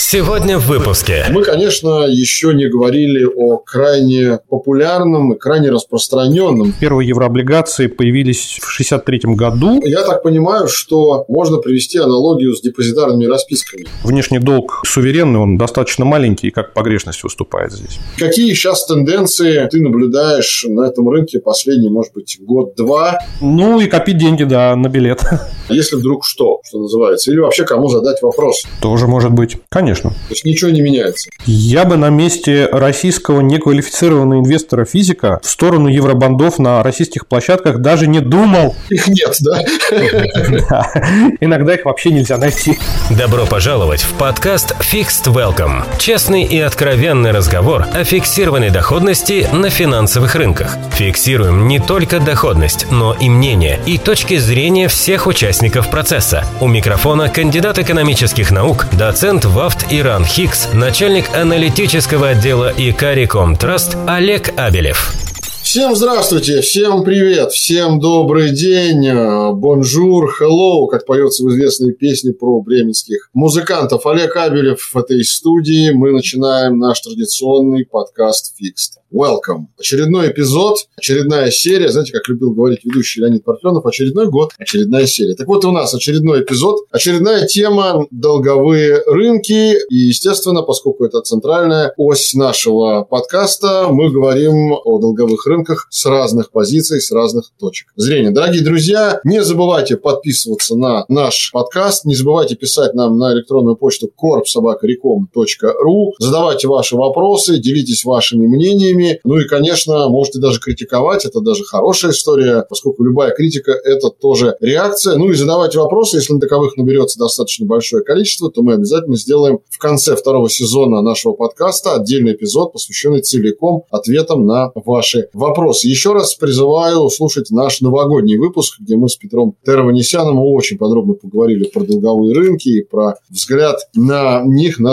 Сегодня в выпуске. Мы, конечно, еще не говорили о крайне популярном и крайне распространенном. Первые еврооблигации появились в 1963 году. Я так понимаю, что можно привести аналогию с депозитарными расписками. Внешний долг суверенный, он достаточно маленький, и как погрешность выступает здесь. Какие сейчас тенденции ты наблюдаешь на этом рынке последний, может быть, год-два? Ну и копить деньги, да, на билет. Если вдруг что называется. Или вообще кому задать вопрос. Тоже может быть. Конечно. То есть ничего не меняется. Я бы на месте российского неквалифицированного инвестора-физика в сторону евробондов на российских площадках даже не думал. Их нет, да? Иногда их вообще нельзя найти. Добро пожаловать в подкаст Fixed Welcome. Честный и откровенный разговор о фиксированной доходности на финансовых рынках. Фиксируем не только доходность, но и мнение и точки зрения всех участников процесса. У микрофона кандидат экономических наук, доцент ВАФТ Иран Хикс, начальник аналитического отдела Икариком Траст Олег Абелев. Всем здравствуйте, всем привет, всем добрый день, бонжур, hello, как поется в известной песне про бременских музыкантов. Олег Абелев в этой студии. Мы начинаем наш традиционный подкаст Fixed Welcome. Очередной эпизод, очередная серия. Знаете, как любил говорить ведущий Леонид Парфенов, очередной год, очередная серия. Так вот, у нас очередной эпизод, очередная тема – долговые рынки. И, естественно, поскольку это центральная ось нашего подкаста, мы говорим о долговых рынках с разных позиций, с разных точек зрения. Дорогие друзья, не забывайте подписываться на наш подкаст, не забывайте писать нам на электронную почту corp@recom.ru, задавайте ваши вопросы, делитесь вашими мнениями, ну и, конечно, можете даже критиковать, это даже хорошая история, поскольку любая критика – это тоже реакция, ну и задавайте вопросы, если таковых наберется достаточно большое количество, то мы обязательно сделаем в конце второго сезона нашего подкаста отдельный эпизод, посвященный целиком ответам на ваши вопросы. Еще раз призываю слушать наш новогодний выпуск, где мы с Петром Терванесяном очень подробно поговорили про долговые рынки и про взгляд на них на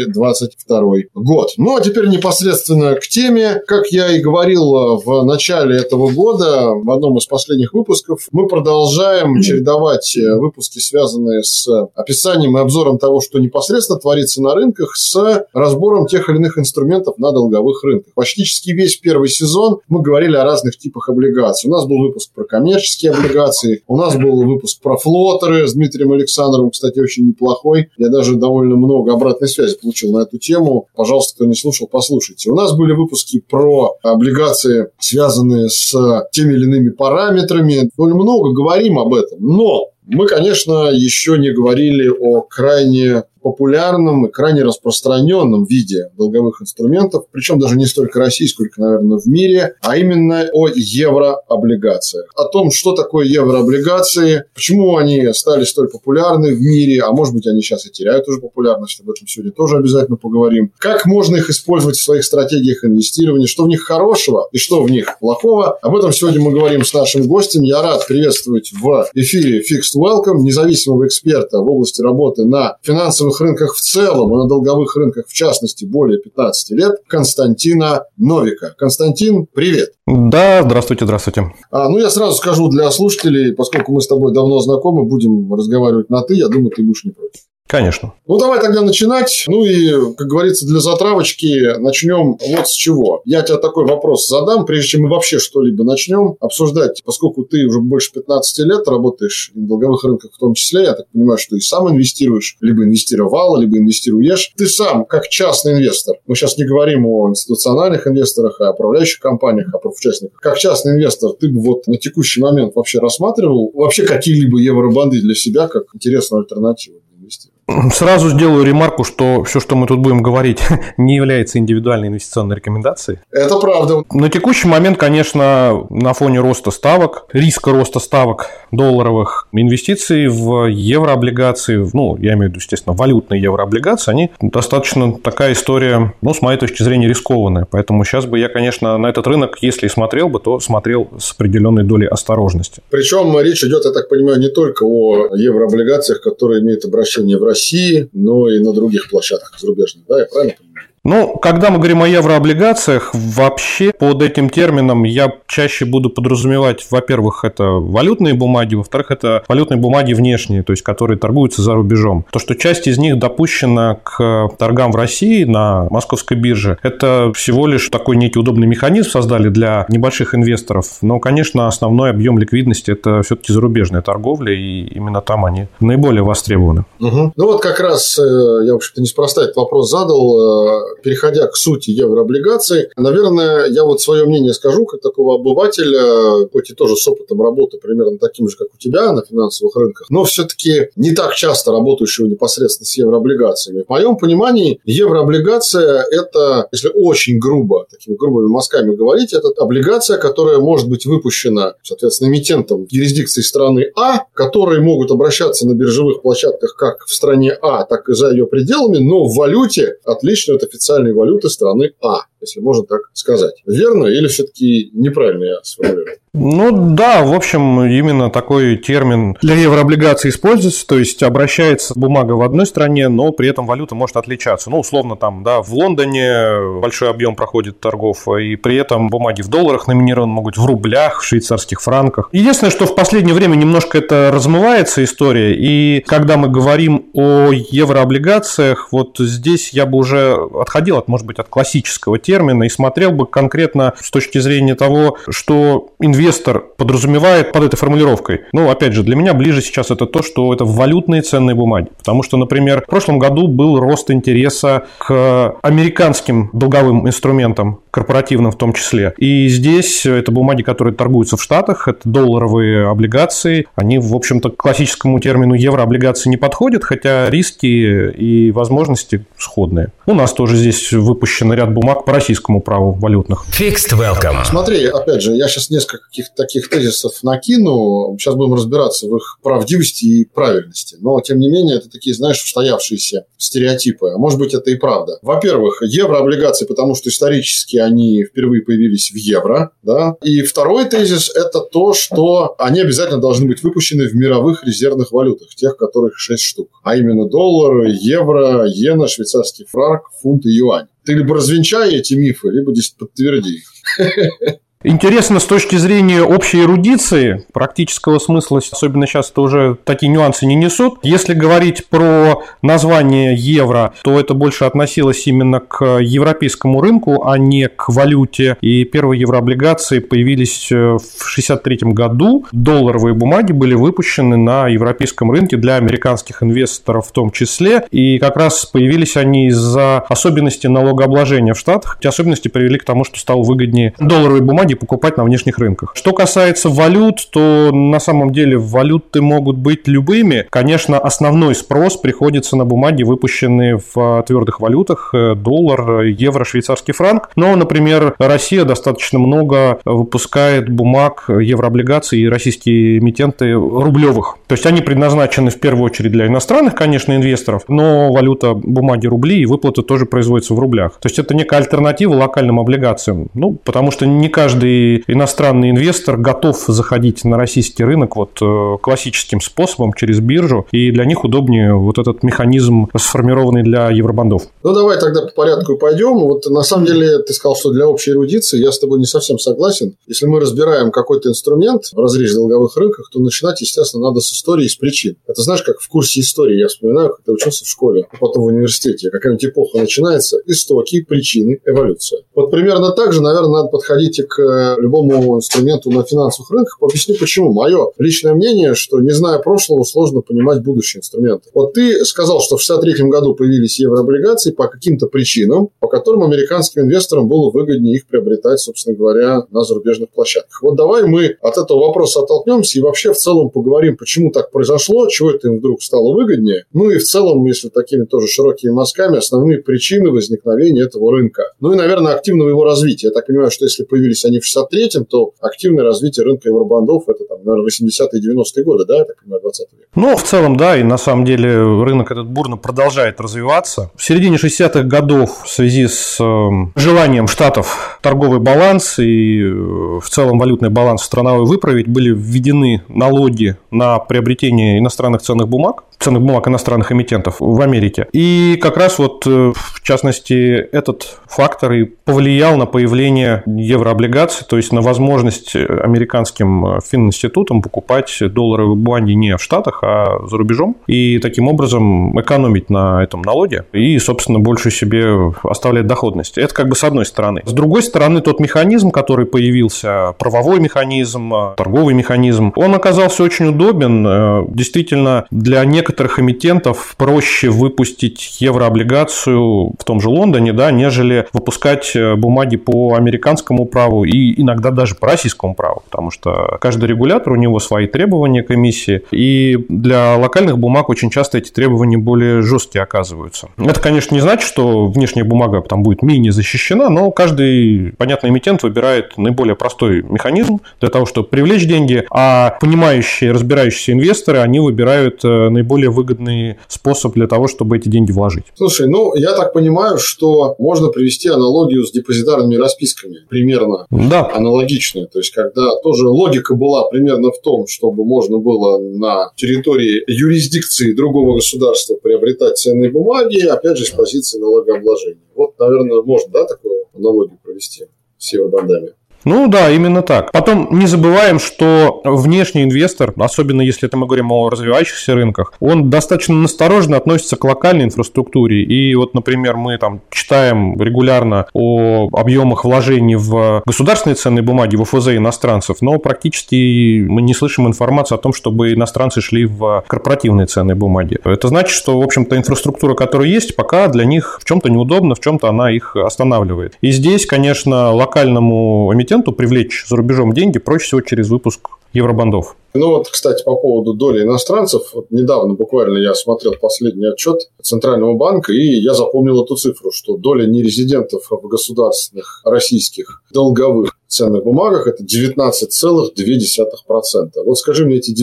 2022 год. Ну, а теперь непосредственно к теме. Как я и говорил в начале этого года, в одном из последних выпусков, мы продолжаем чередовать выпуски, связанные с описанием и обзором того, что непосредственно творится на рынках, с разбором тех или иных инструментов на долговых рынках. Практически весь первый сезон мы говорили о разных типах облигаций. У нас был выпуск про коммерческие облигации, у нас был выпуск про флотеры с Дмитрием Александровым, кстати, очень неплохой. Я даже довольно много обратной связи получил на эту тему. Пожалуйста, кто не слушал, послушайте. У нас были выпуски про облигации, связанные с теми или иными параметрами. Довольно много говорим об этом, но мы, конечно, еще не говорили о крайне популярном и крайне распространенном виде долговых инструментов, причем даже не столько России, сколько, наверное, в мире, а именно о еврооблигациях. О том, что такое еврооблигации, почему они стали столь популярны в мире, а может быть, они сейчас и теряют уже популярность, об этом сегодня тоже обязательно поговорим. Как можно их использовать в своих стратегиях инвестирования, что в них хорошего и что в них плохого. Об этом сегодня мы говорим с нашим гостем. Я рад приветствовать в эфире Fixed Welcome независимого эксперта в области работы на финансовых рынках в целом и на долговых рынках в частности более 15 лет Константина Новика. Константин, привет. Да, здравствуйте. Я сразу скажу для слушателей, поскольку мы с тобой давно знакомы, будем разговаривать на «ты», я думаю, ты будешь не против. Конечно. Ну, давай тогда начинать. Ну и, как говорится, для затравочки начнем вот с чего. Я тебе такой вопрос задам, прежде чем мы вообще что-либо начнем обсуждать, поскольку ты уже больше 15 лет работаешь на долговых рынках в том числе, я так понимаю, что и сам инвестируешь, либо инвестировал, либо инвестируешь. Ты сам, как частный инвестор, мы сейчас не говорим о институциональных инвесторах, а о управляющих компаниях, о профучастниках. Как частный инвестор, ты бы вот на текущий момент вообще рассматривал вообще какие-либо евробонды для себя как интересную альтернативу для инвестирования? Сразу сделаю ремарку, что все, что мы тут будем говорить, не является индивидуальной инвестиционной рекомендацией. Это правда. На текущий момент, конечно, на фоне роста ставок, риска роста ставок долларовых, инвестиций в еврооблигации, я имею в виду, естественно, валютные еврооблигации, они достаточно такая история, с моей точки зрения, рискованная. Поэтому сейчас бы я, конечно, на этот рынок, если и смотрел бы, то смотрел с определенной долей осторожности. Причем речь идет, я так понимаю, не только о еврооблигациях, которые имеют обращение в России, но и на других площадках зарубежных, да, я правильно понимаю? Ну, когда мы говорим о еврооблигациях, вообще под этим термином я чаще буду подразумевать, во-первых, это валютные бумаги, во-вторых, это валютные бумаги внешние, то есть которые торгуются за рубежом. То, что часть из них допущена к торгам в России на московской бирже, это всего лишь такой некий удобный механизм создали для небольших инвесторов, но, конечно, основной объем ликвидности – это все-таки зарубежная торговля, и именно там они наиболее востребованы. Угу. Ну вот как раз я, в общем-то, неспроста этот вопрос задал, переходя к сути еврооблигаций. Наверное, я вот свое мнение скажу, как такого обывателя, хоть и тоже с опытом работы примерно таким же, как у тебя на финансовых рынках, но все-таки не так часто работающего непосредственно с еврооблигациями. В моем понимании, еврооблигация – это, если очень грубо, такими грубыми мазками говорить, это облигация, которая может быть выпущена, соответственно, эмитентом юрисдикции страны А, которые могут обращаться на биржевых площадках как в стране А, так и за ее пределами, но в валюте, отличной от официальной валюты страны А, если можно так сказать. Верно или все-таки неправильно я сформулирую? Ну да, в общем, именно такой термин для еврооблигаций используется, то есть обращается бумага в одной стране, но при этом валюта может отличаться. Ну, условно, там, да, в Лондоне большой объем проходит торгов, и при этом бумаги в долларах номинированы могут в рублях, в швейцарских франках. Единственное, что в последнее время немножко это размывается история, и когда мы говорим о еврооблигациях, вот здесь я бы уже отходил от, может быть, от классического термина и смотрел бы конкретно с точки зрения того, что инвестор подразумевает под этой формулировкой. Ну, опять же, для меня ближе сейчас это то, что это валютные ценные бумаги. Потому что, например, в прошлом году был рост интереса к американским долговым инструментам, корпоративным в том числе. И здесь это бумаги, которые торгуются в Штатах, это долларовые облигации. Они, в общем-то, к классическому термину еврооблигации не подходят, хотя риски и возможности сходные. У нас тоже здесь выпущен ряд бумаг по российскому праву валютных. Fixed Welcome. Смотри, опять же, я сейчас несколько каких-то таких тезисов накину. Сейчас будем разбираться в их правдивости и правильности. Но, тем не менее, это такие, знаешь, устоявшиеся стереотипы. А может быть, это и правда. Во-первых, еврооблигации, потому что исторически они впервые появились в евро. Да? И второй тезис – это то, что они обязательно должны быть выпущены в мировых резервных валютах, тех, которых 6 штук. А именно доллар, евро, иена, швейцарский франк, фунт и юань. Ты либо развенчай эти мифы, либо здесь подтверди их. Интересно с точки зрения общей эрудиции, практического смысла, особенно сейчас это уже такие нюансы не несут. Если говорить про название евро, то это больше относилось именно к европейскому рынку, а не к валюте. И первые еврооблигации появились в 1963 году. Долларовые бумаги были выпущены на европейском рынке для американских инвесторов в том числе. И как раз появились они из-за особенностей налогообложения в Штатах. Эти особенности привели к тому, что стало выгоднее долларовые бумаги покупать на внешних рынках. Что касается валют, то на самом деле валюты могут быть любыми. Конечно, основной спрос приходится на бумаги, выпущенные в твердых валютах: доллар, евро, швейцарский франк. Но, например, Россия достаточно много выпускает бумаг, еврооблигаций, и российские эмитенты рублевых. То есть они предназначены в первую очередь для иностранных, конечно, инвесторов, но валюта бумаги рубли и выплаты тоже производятся в рублях. То есть это некая альтернатива локальным облигациям. Ну, потому что не каждый иностранный инвестор готов заходить на российский рынок вот классическим способом через биржу, и для них удобнее вот этот механизм, сформированный для евробондов. Ну, давай тогда по порядку пойдем. Вот на самом деле ты сказал, что для общей эрудиции я с тобой не совсем согласен. Если мы разбираем какой-то инструмент в разрезе долговых рынках, то начинать, естественно, надо с истории и с причин. Это знаешь, как в курсе истории я вспоминаю, когда учился в школе, а потом в университете. Какая-нибудь эпоха начинается, истоки, причины, эволюция. Вот примерно так же, наверное, надо подходить и к любому инструменту на финансовых рынках. Объясню почему. Мое личное мнение, что, не зная прошлого, сложно понимать будущие инструменты. Вот ты сказал, что в 1963 году появились еврооблигации по каким-то причинам, по которым американским инвесторам было выгоднее их приобретать, собственно говоря, на зарубежных площадках. Вот давай мы от этого вопроса оттолкнемся и вообще в целом поговорим, почему так произошло, чего это им вдруг стало выгоднее. Ну и в целом, если такими тоже широкими мазками, основные причины возникновения этого рынка. Ну и, наверное, активного его развития. Я так понимаю, что если появились они в 1963-м, то активное развитие рынка евробондов это, там, наверное, 80-е и 90-е годы, да, я так понимаю, 20 век. Ну, в целом, да, и на самом деле рынок этот бурно продолжает развиваться. В середине 60-х годов в связи с желанием Штатов торговый баланс и в целом валютный баланс страновой выправить были введены налоги на приобретение иностранных ценных бумаг. ценных бумаг иностранных эмитентов в Америке. И как раз вот, в частности, этот фактор и повлиял на появление еврооблигаций, то есть на возможность американским фининститутам покупать долларовые бумаги не в Штатах, а за рубежом, и таким образом экономить на этом налоге и, собственно, больше себе оставлять доходность. Это как бы с одной стороны. С другой стороны, тот механизм, который появился, правовой механизм, торговый механизм, он оказался очень удобен. Действительно, для некоторых эмитентов проще выпустить еврооблигацию в том же Лондоне, да, нежели выпускать бумаги по американскому праву и иногда даже по российскому праву, потому что каждый регулятор, у него свои требования к эмиссии, и для локальных бумаг очень часто эти требования более жесткие оказываются. Это, конечно, не значит, что внешняя бумага там будет менее защищена, но каждый, понятный эмитент выбирает наиболее простой механизм для того, чтобы привлечь деньги, а понимающие, разбирающиеся инвесторы, они выбирают наиболее выгодный способ для того, чтобы эти деньги вложить. Слушай, я так понимаю, что можно привести аналогию с депозитарными расписками, примерно аналогичную. То есть, когда тоже логика была примерно в том, чтобы можно было на территории юрисдикции другого государства приобретать ценные бумаги, опять же, с позиции налогообложения. Вот, наверное, можно, такую аналогию провести с евробондами. Да, именно так. Потом не забываем, что внешний инвестор, особенно если это мы говорим о развивающихся рынках, он достаточно настороженно относится к локальной инфраструктуре. И вот, например, мы там читаем регулярно о объемах вложений в государственные ценные бумаги, в ОФЗ иностранцев, но практически мы не слышим информации о том, чтобы иностранцы шли в корпоративные ценные бумаги. Это значит, что, в общем-то, инфраструктура, которая есть, пока для них в чем-то неудобна, в чем-то она их останавливает. И здесь, конечно, локальному эмитенту привлечь за рубежом деньги проще всего через выпуск евробондов. Кстати, по поводу доли иностранцев. Недавно буквально я смотрел последний отчет Центрального банка, и я запомнил эту цифру, что доля нерезидентов в государственных российских долговых ценных бумагах – это 19,2%. Вот скажи мне, эти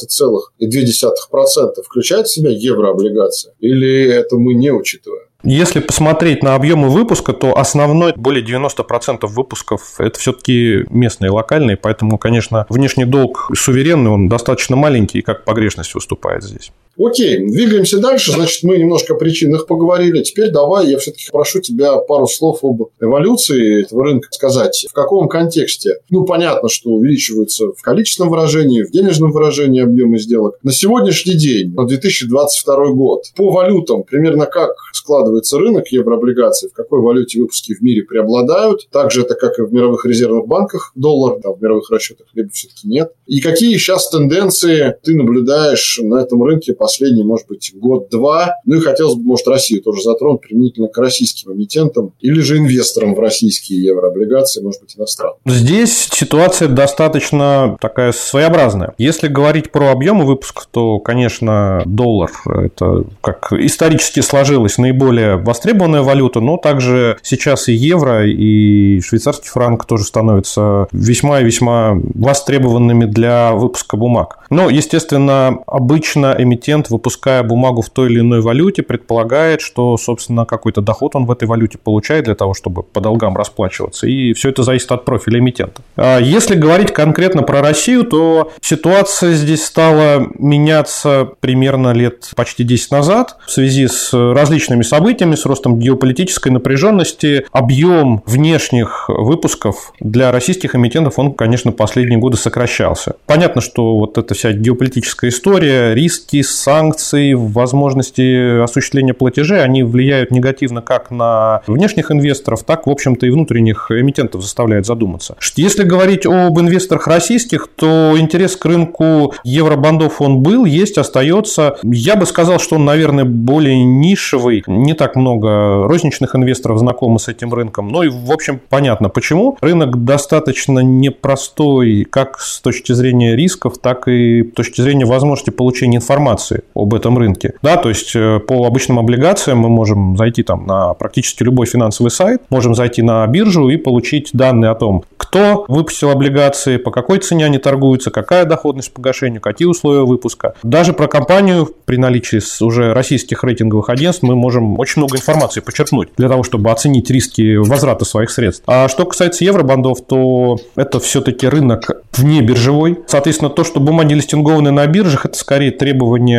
19,2% включают в себя еврооблигации? Или это мы не учитываем? Если посмотреть на объемы выпуска, то основной, более 90% выпусков – это все-таки местные, локальные, поэтому, конечно, внешний долг суверенный, он достаточно маленький, и как погрешность выступает здесь. Окей, двигаемся дальше. Значит, мы немножко о причинах поговорили. Теперь давай я все-таки прошу тебя пару слов об эволюции этого рынка сказать. В каком контексте? Понятно, что увеличиваются в количественном выражении, в денежном выражении объемы сделок. На сегодняшний день, на 2022 год, по валютам примерно как складывается рынок еврооблигаций, в какой валюте выпуски в мире преобладают. Также это как и в мировых резервных банках доллар, в мировых расчетах либо все-таки нет. И какие сейчас тенденции ты наблюдаешь на этом рынке последний, может быть, год-два. И хотелось бы, может, Россию тоже затронуть применительно к российским эмитентам или же инвесторам в российские еврооблигации, может быть, иностранным. Здесь ситуация достаточно такая своеобразная. Если говорить про объемы выпусков, то, конечно, доллар – это, как исторически сложилось, наиболее востребованная валюта, но также сейчас и евро, и швейцарский франк тоже становятся весьма и весьма востребованными для выпуска бумаг. Но, естественно, обычно эмитент, выпуская бумагу в той или иной валюте, предполагает, что, собственно, какой-то доход он в этой валюте получает для того, чтобы по долгам расплачиваться. И все это зависит от профиля эмитента. Если говорить конкретно про Россию, то ситуация здесь стала меняться примерно лет почти 10 назад в связи с различными событиями, с ростом геополитической напряженности. Объем внешних выпусков для российских эмитентов, он, конечно, последние годы сокращался. Понятно, что вот эта вся геополитическая история, риски, санкции, возможности осуществления платежей, они влияют негативно как на внешних инвесторов, так, в общем-то, и внутренних эмитентов заставляют задуматься. Если говорить об инвесторах российских, то интерес к рынку евробондов он был, есть, остается. Я бы сказал, что он, наверное, более нишевый. Не так много розничных инвесторов знакомы с этим рынком. Ну и, в общем, понятно почему. Рынок достаточно непростой как с точки зрения рисков, так и с точки зрения возможности получения информации об этом рынке. Да, то есть по обычным облигациям мы можем зайти там на практически любой финансовый сайт, можем зайти на биржу и получить данные о том, кто выпустил облигации, по какой цене они торгуются, какая доходность по погашению, какие условия выпуска. Даже про компанию при наличии уже российских рейтинговых агентств мы можем очень много информации почерпнуть для того, чтобы оценить риски возврата своих средств. А что касается евробондов, то это все-таки рынок внебиржевой. Соответственно, то, что бумаги листингованы на биржах, это скорее требования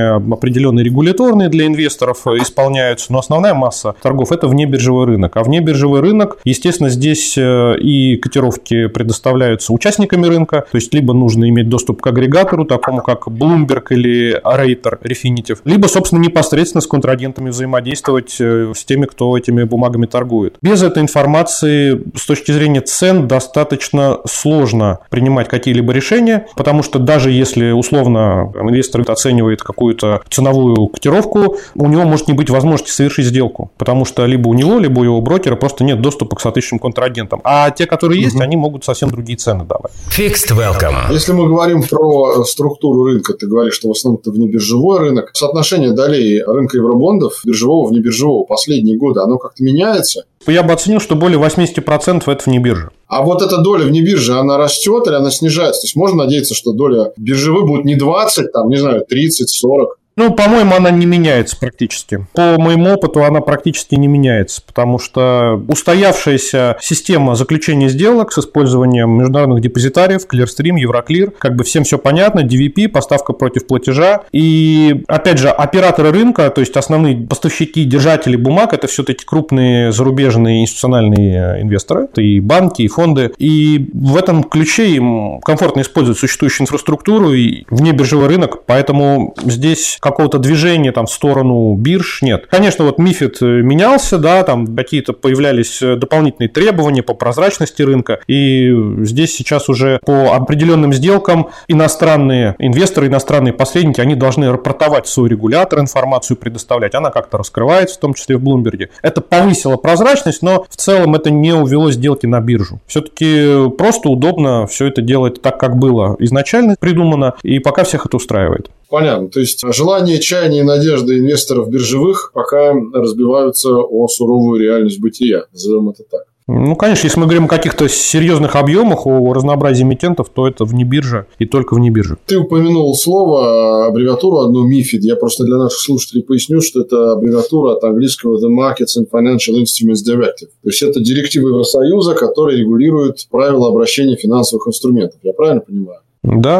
требования определенные регуляторные для инвесторов исполняются, но основная масса торгов – это внебиржевой рынок. А внебиржевой рынок, естественно, здесь и котировки предоставляются участниками рынка, то есть либо нужно иметь доступ к агрегатору, такому как Bloomberg или Raytor Refinitiv, либо, собственно, непосредственно с контрагентами взаимодействовать с теми, кто этими бумагами торгует. Без этой информации с точки зрения цен достаточно сложно принимать какие-либо решения, потому что даже если условно инвестор оценивает какую-то ценовую котировку, у него может не быть возможности совершить сделку, потому что либо у него, либо у его брокера просто нет доступа к соответствующим контрагентам. А те, которые есть, они могут совсем другие цены давать. Fixed Welcome. Если мы говорим про структуру рынка, ты говоришь, что в основном это внебиржевой рынок. Соотношение долей рынка евробондов, биржевого, внебиржевого, последние годы, оно как-то меняется? Я бы оценил, что более 80% это вне биржи. А вот эта доля вне биржи, она растет или она снижается? То есть можно надеяться, что доля биржевой будет не 20, там, не знаю, 30, 40? Ну, по-моему, она не меняется практически. По моему опыту она практически не меняется, потому что устоявшаяся система заключения сделок с использованием международных депозитариев, Clearstream, Euroclear, как бы всем все понятно, DVP, поставка против платежа. И, опять же, операторы рынка, то есть основные поставщики, держатели бумаг, это все-таки крупные зарубежные институциональные инвесторы, это и банки, и фонды. И в этом ключе им комфортно использовать существующую инфраструктуру и внебиржевой рынок, поэтому здесь какого-то движения там в сторону бирж нет. Конечно, вот МИФИД менялся, да, там какие-то появлялись дополнительные требования по прозрачности рынка, и здесь сейчас уже по определенным сделкам иностранные инвесторы, иностранные посредники, они должны рапортовать в свой регулятор, информацию предоставлять, она как-то раскрывается, в том числе в Bloomberg. Это повысило прозрачность, но в целом это не увело сделки на биржу. Все-таки просто удобно все это делать так, как было изначально придумано, и пока всех это устраивает. Понятно. То есть желания, чаяния и надежды инвесторов биржевых пока разбиваются о суровую реальность бытия. Назовем это так. Ну, конечно, если мы говорим о каких-то серьезных объемах, о разнообразии эмитентов, то это вне биржи и только вне биржи. Ты упомянул слово, аббревиатуру одну МИФИД. Я просто для наших слушателей поясню, что это аббревиатура от английского The Markets and Financial Instruments Directive. То есть это директива Евросоюза, которая регулирует правила обращения финансовых инструментов. Я правильно понимаю? Да.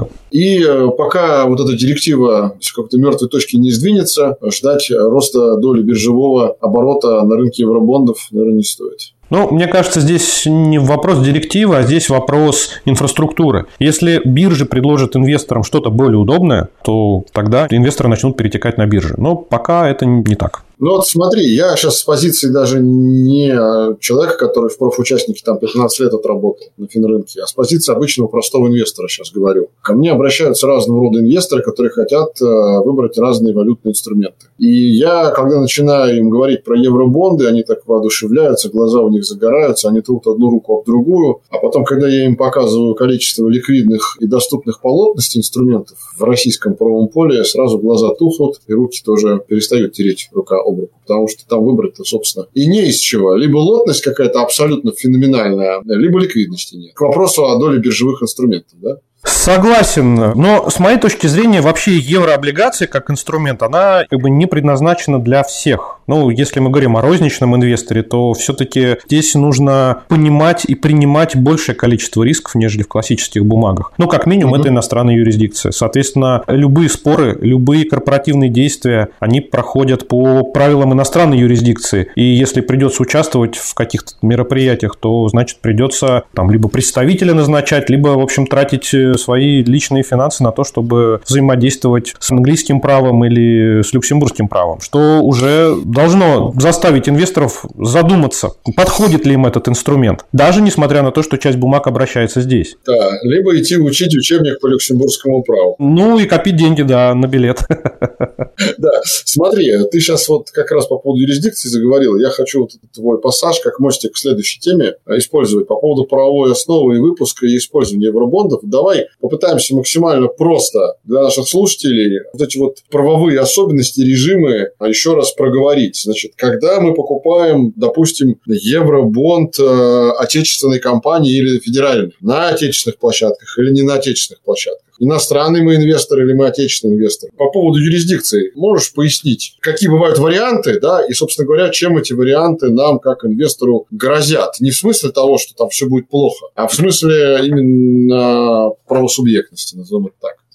И пока вот эта директива с какой-то мертвой точки не сдвинется, ждать роста доли биржевого оборота на рынке евробондов, наверное, не стоит. Ну, мне кажется, здесь не вопрос директивы, а здесь вопрос инфраструктуры. Если биржи предложат инвесторам что-то более удобное, то тогда инвесторы начнут перетекать на биржи. Но пока это не так. Ну вот смотри, я сейчас с позиции даже не человека, который в профучастнике там 15 лет отработал на финрынке, а с позиции обычного простого инвестора сейчас говорю. Ко мне обращаются разного рода инвесторы, которые хотят выбрать разные валютные инструменты. И я, когда начинаю им говорить про евробонды, они так воодушевляются, глаза у них загораются, они трут одну руку об другую. А потом, когда я им показываю количество ликвидных и доступных по лотности инструментов в российском правовом поле, сразу глаза тухнут, и руки тоже перестают тереть рука об руку, потому что там выбрать-то, собственно, и не из чего. Либо лотность какая-то абсолютно феноменальная, либо ликвидности нет. К вопросу о доле биржевых инструментов, да? Согласен, но с моей точки зрения вообще еврооблигация как инструмент, она как бы не предназначена для всех. Ну, если мы говорим о розничном инвесторе, то все-таки здесь нужно понимать и принимать большее количество рисков, нежели в классических бумагах. Ну, как минимум, это иностранная юрисдикция. Соответственно, любые споры, любые корпоративные действия, они проходят по правилам иностранной юрисдикции. И если придется участвовать в каких-то мероприятиях, то, значит, придется там либо представителя назначать, либо, в общем, тратить свои личные финансы на то, чтобы взаимодействовать с английским правом или с люксембургским правом, что уже должно заставить инвесторов задуматься, подходит ли им этот инструмент, даже несмотря на то, что часть бумаг обращается здесь. Да, либо идти учить учебник по люксембургскому праву. Ну и копить деньги, да, на билет. Да, смотри, ты сейчас вот как раз по поводу юрисдикции заговорил. Я хочу вот этот твой пассаж как мостик к следующей теме использовать по поводу правовой основы и выпуска и использования евробондов. Давай попытаемся максимально просто для наших слушателей вот эти вот правовые особенности, режимы еще раз проговорить. Значит, когда мы покупаем, допустим, евробонд отечественной компании или федеральной на отечественных площадках или не на отечественных площадках, иностранный мы инвестор или мы отечественный инвестор. По поводу юрисдикции можешь пояснить, какие бывают варианты, да, и, собственно говоря, чем эти варианты нам, как инвестору, грозят? Не в смысле того, что там все будет плохо, а в смысле именно правосубъектности, назовем это так.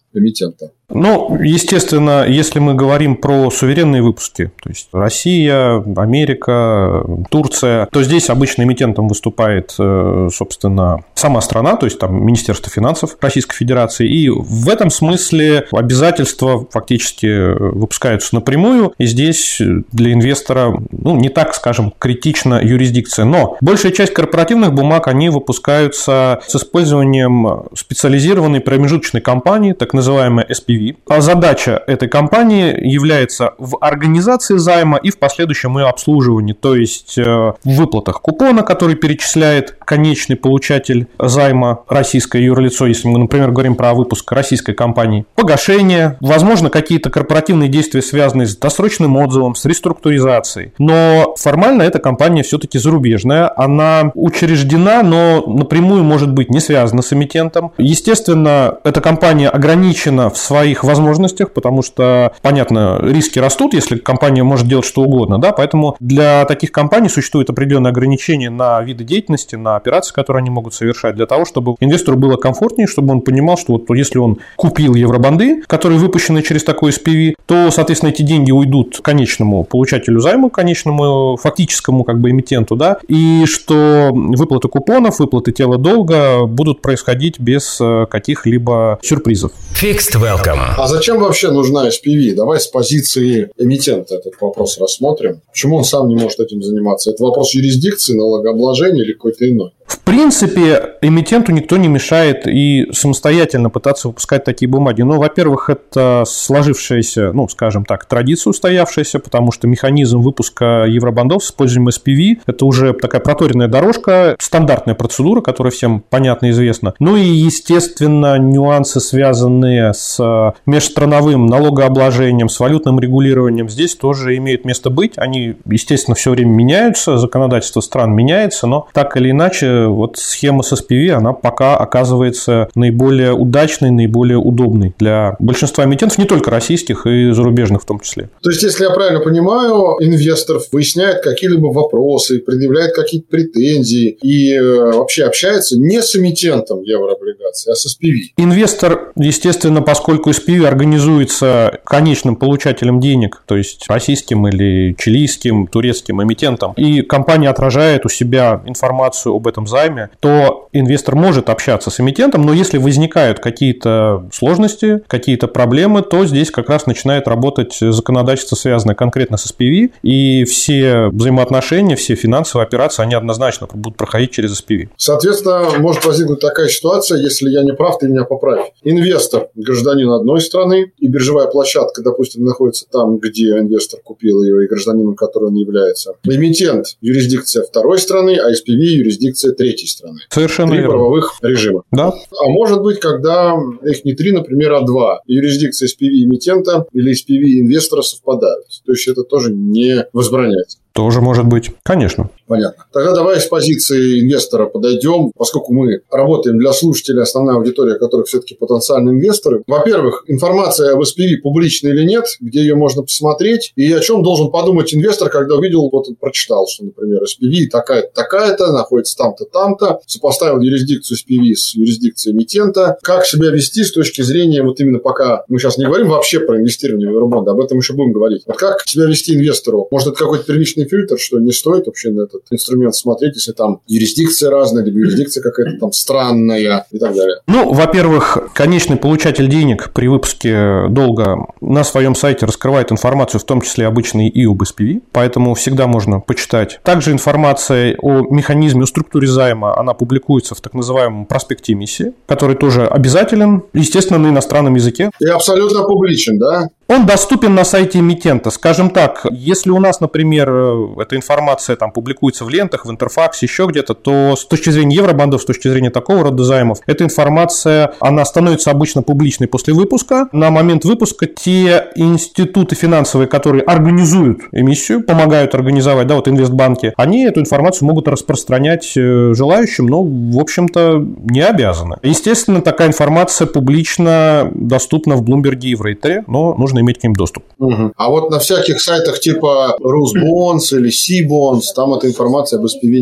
эмитента? Ну, естественно, если мы говорим про суверенные выпуски, то есть Россия, Америка, Турция, то здесь обычно эмитентом выступает, собственно, сама страна, то есть там Министерство финансов Российской Федерации, и в этом смысле обязательства фактически выпускаются напрямую, и здесь для инвестора, не так, скажем, критична юрисдикция. Но большая часть корпоративных бумаг, они выпускаются с использованием специализированной промежуточной компании, так называемой SPV. А задача этой компании является в организации займа и в последующем ее обслуживании, то есть в выплатах купона, который перечисляет конечный получатель займа, российское юрлицо, если мы, например, говорим про выпуск российской компании, погашение, возможно, какие-то корпоративные действия, связанные с досрочным отзывом, с реструктуризацией. Но формально эта компания все-таки зарубежная, она учреждена, но напрямую может быть не связана с эмитентом. Естественно, эта компания ограничена в своих возможностях, потому что, понятно, риски растут, если компания может делать что угодно, да, поэтому для таких компаний существует определенное ограничение на виды деятельности, на операции, которые они могут совершать, для того, чтобы инвестору было комфортнее, чтобы он понимал, что вот если он купил евробанды, которые выпущены через такой SPV, то, соответственно, эти деньги уйдут к конечному получателю займа, конечному фактическому эмитенту, да, и что выплаты купонов, выплаты тела долга будут происходить без каких-либо сюрпризов. Fixed Welcome. А зачем вообще нужна SPV? Давай с позиции эмитента этот вопрос рассмотрим. Почему он сам не может этим заниматься? Это вопрос юрисдикции, налогообложения или какой-то иной? В принципе, эмитенту никто не мешает и самостоятельно пытаться выпускать такие бумаги. Но, во-первых, это сложившаяся, скажем так, традиция устоявшаяся, потому что механизм выпуска евробандов с использованием SPV – это уже такая проторенная дорожка, стандартная процедура, которая всем понятна и известна. Ну и, естественно, нюансы, связанные с межстрановым налогообложением, с валютным регулированием, здесь тоже имеют место быть. Они, естественно, все время меняются, законодательство стран меняется, но так или иначе, вот схема с SPV, она пока оказывается наиболее удачной, наиболее удобной для большинства эмитентов, не только российских, и зарубежных в том числе. То есть, если я правильно понимаю, инвестор выясняет какие-либо вопросы, предъявляет какие-то претензии и вообще общается не с эмитентом еврооблигаций, а с SPV. Инвестор, естественно, поскольку SPV организуется конечным получателем денег, то есть российским или чилийским, турецким эмитентом, и компания отражает у себя информацию об этом займе, то инвестор может общаться с эмитентом, но если возникают какие-то сложности, какие-то проблемы, то здесь как раз начинает работать законодательство, связанное конкретно с SPV, и все взаимоотношения, все финансовые операции, они однозначно будут проходить через SPV. Соответственно, может возникнуть такая ситуация, если я не прав, ты меня поправь. Инвестор – гражданин одной страны, и биржевая площадка, допустим, находится там, где инвестор купил ее, и гражданином, которым он является. Эмитент – юрисдикция второй страны, а SPV – юрисдикция третьей страны. Совершенно верно. 3 правовых режима. Да. А может быть, когда их не 3, например, а 2. Юрисдикция SPV эмитента или SPV инвестора совпадают. То есть, это тоже не возбраняется. Тоже может быть, конечно. Понятно. Тогда давай с позиции инвестора подойдем, поскольку мы работаем для слушателей, основная аудитория которых все-таки потенциальные инвесторы. Во-первых, информация об SPV публична или нет, где ее можно посмотреть, и о чем должен подумать инвестор, когда увидел, вот он прочитал, что, например, SPV такая-то, такая-то, находится там-то, там-то, сопоставил юрисдикцию SPV с юрисдикцией эмитента. Как себя вести с точки зрения, вот именно пока мы сейчас не говорим вообще про инвестирование в евробонды, об этом еще будем говорить. Вот как себя вести инвестору? Может, это какой-то первичный фильтр, что не стоит вообще на этот инструмент смотреть, если там юрисдикция разная, либо юрисдикция какая-то там странная и так далее. Во-первых, конечный получатель денег при выпуске долга на своем сайте раскрывает информацию, в том числе обычный и об SPV, поэтому всегда можно почитать. Также информация о механизме, о структуре займа, она публикуется в так называемом проспекте эмиссии, который тоже обязателен, естественно, на иностранном языке. И абсолютно публичен, да? Он доступен на сайте эмитента. Скажем так, если у нас, например, эта информация там публикуется в лентах, в интерфаксе, еще где-то, то с точки зрения евробандов, с точки зрения такого рода займов, эта информация, она становится обычно публичной после выпуска. На момент выпуска те институты финансовые, которые организуют эмиссию, помогают организовать, да, вот инвестбанки, они эту информацию могут распространять желающим, но, в общем-то, не обязаны. Естественно, такая информация публично доступна в Bloomberg и в Рейтере, но нужно иметь к ним доступ. Угу. А вот на всяких сайтах типа Rusbonds или Cbonds, там этой информации об SPV нет.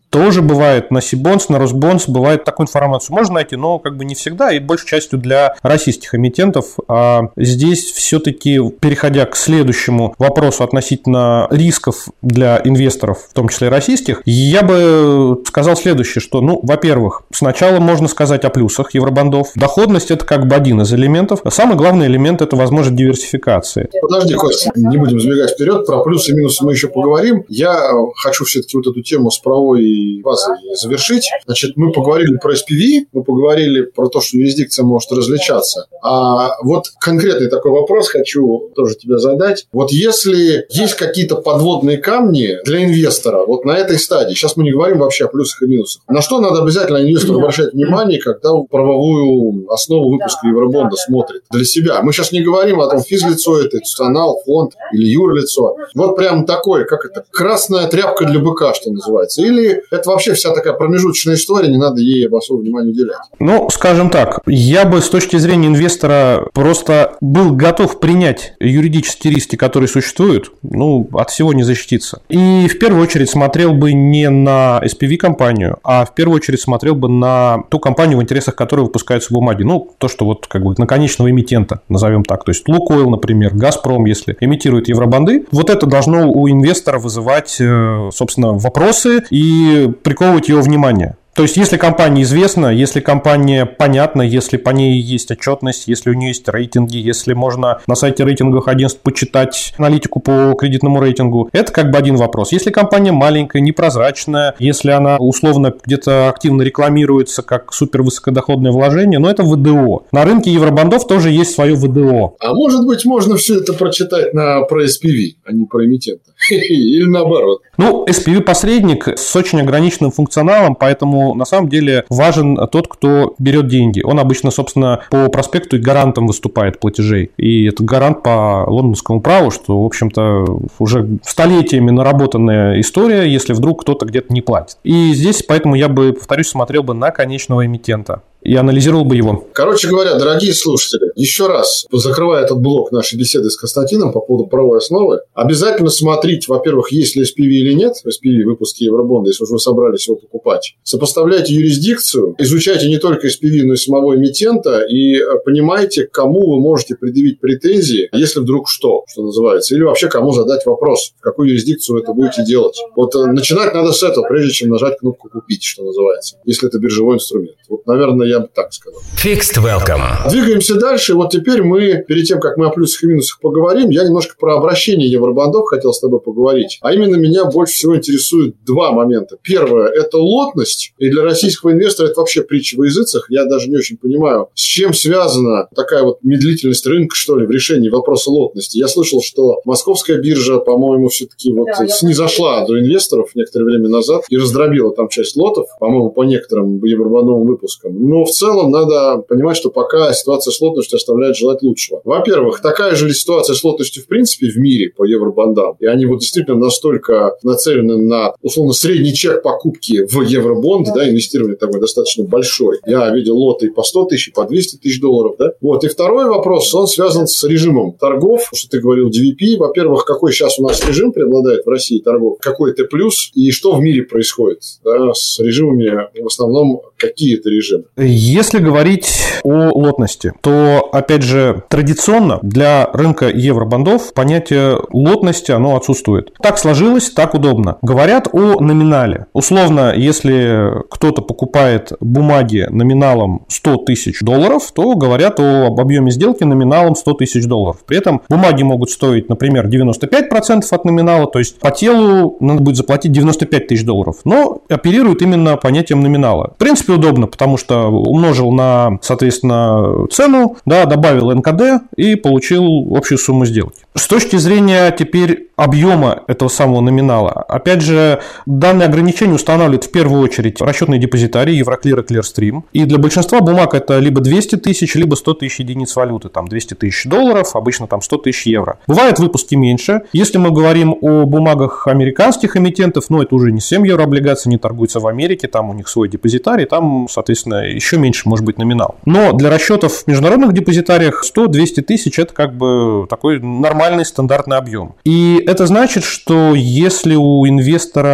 Тоже бывает на Сибонс, на Росбонс, бывает такую информацию можно найти, но как бы не всегда и большей частью для российских эмитентов. А здесь все-таки, переходя к следующему вопросу относительно рисков для инвесторов, в том числе российских, я бы сказал следующее, что, во-первых, сначала можно сказать о плюсах евробандов. Доходность – это как бы один из элементов. А самый главный элемент – это возможность диверсификации. Подожди, Костя, не будем забегать вперед, про плюсы и минусы мы еще поговорим. Я хочу все-таки вот эту тему с правовой базой завершить. Значит, мы поговорили про SPV, мы поговорили про то, что юрисдикция может различаться. А вот конкретный такой вопрос хочу тоже тебе задать. Вот если есть какие-то подводные камни для инвестора вот на этой стадии, сейчас мы не говорим вообще о плюсах и минусах, на что надо обязательно инвестору обращать внимание, когда правовую основу выпуска евробонда смотрит для себя? Мы сейчас не говорим о том, физлицо это, институционал, фонд или юрлицо. Вот прям такой, как это, красная тряпка для быка, что называется. Или это вообще вся такая промежуточная история, не надо ей особо внимания уделять? Скажем так, я бы с точки зрения инвестора просто был готов принять юридические риски, которые существуют, от всего не защититься. И в первую очередь смотрел бы не на SPV-компанию, а в первую очередь смотрел бы на ту компанию, в интересах которой выпускаются бумаги. То, что вот как бы на конечного эмитента, назовем так. То есть Лукойл, например, Газпром, если эмитирует евробанды, вот это должно у инвестора вызывать, собственно, вопросы и приковывать его внимание. То есть, если компания известна, если компания понятна, если по ней есть отчетность, если у нее есть рейтинги, если можно на сайте рейтинговых агентств почитать аналитику по кредитному рейтингу, это как бы один вопрос. Если компания маленькая, непрозрачная, если она условно где-то активно рекламируется как супервысокодоходное вложение, это ВДО. На рынке евробандов тоже есть свое ВДО. А может быть, можно все это прочитать про SPV, а не про эмитента? Или наоборот? SPV-посредник с очень ограниченным функционалом, поэтому на самом деле важен тот, кто берет деньги. Он обычно, собственно, по проспекту и гарантом выступает платежей. И это гарант по лондонскому праву, что, в общем-то, уже столетиями наработанная история, если вдруг кто-то где-то не платит. И здесь, поэтому я бы, повторюсь, смотрел бы на конечного эмитента и анализировал бы его. Короче говоря, дорогие слушатели, еще раз, закрывая этот блок нашей беседы с Константином по поводу правовой основы, обязательно смотрите, во-первых, есть ли SPV или нет, SPV выпуски евробонда, если уж вы собрались его покупать. Сопоставляйте юрисдикцию, изучайте не только SPV, но и самого эмитента и понимайте, кому вы можете предъявить претензии, если вдруг что называется, или вообще кому задать вопрос, в какую юрисдикцию вы это будете делать. Вот начинать надо с этого, прежде чем нажать кнопку «Купить», что называется, если это биржевой инструмент. Вот, наверное, я бы так сказал. Fixed Welcome. Двигаемся дальше. Вот теперь мы, перед тем, как мы о плюсах и минусах поговорим, я немножко про обращение евробандов хотел с тобой поговорить. А именно меня больше всего интересует два момента. Первое – это лотность. И для российского инвестора это вообще притча во языцах. Я даже не очень понимаю, с чем связана такая вот медлительность рынка, что ли, в решении вопроса лотности. Я слышал, что московская биржа, по-моему, все-таки снизошла до инвесторов некоторое время назад и раздробила там часть лотов, по-моему, по некоторым евробандовым выпускам. Но в целом надо понимать, что пока ситуация с лотностью оставляет желать лучшего. Во-первых, такая же ли ситуация с лотностью в принципе в мире по евробандам? И они вот действительно настолько нацелены на, условно, средний чек покупки в евробонд, да, инвестирование такой достаточно большой. Я видел лоты и по 100 тысяч, и по 200 тысяч долларов, да. Вот. И второй вопрос, он связан с режимом торгов, что ты говорил, DVP. Во-первых, какой сейчас у нас режим преобладает в России торгов? Какой это плюс? И что в мире происходит, да, с режимами, в основном, какие это режимы? Если говорить о лотности, то, опять же, традиционно для рынка евробандов понятие лотности, оно отсутствует. Так сложилось, так удобно. Говорят о номинале. Условно, если кто-то покупает бумаги номиналом 100 тысяч долларов, то говорят об объеме сделки номиналом 100 тысяч долларов. При этом бумаги могут стоить, например, 95% от номинала, то есть по телу надо будет заплатить 95 тысяч долларов, но оперируют именно понятием номинала. В принципе, удобно, потому что умножил на, соответственно, цену, да, добавил НКД и получил общую сумму сделки. С точки зрения теперь объема этого самого номинала, опять же, данное ограничение устанавливает в первую очередь расчетный депозитарий Евроклир и Clearstream. И для большинства бумаг это либо 200 тысяч, либо 100 тысяч единиц валюты. Там 200 тысяч долларов, обычно там 100 тысяч евро. Бывают выпуски меньше. Если мы говорим о бумагах американских эмитентов, это уже не 7 еврооблигаций, не торгуются в Америке, там у них свой депозитарий, там, соответственно, еще меньше может быть номинал. Но для расчетов в международных депозитариях 100-200 тысяч это как бы такой нормальный стандартный объем. И это значит, что если у инвестора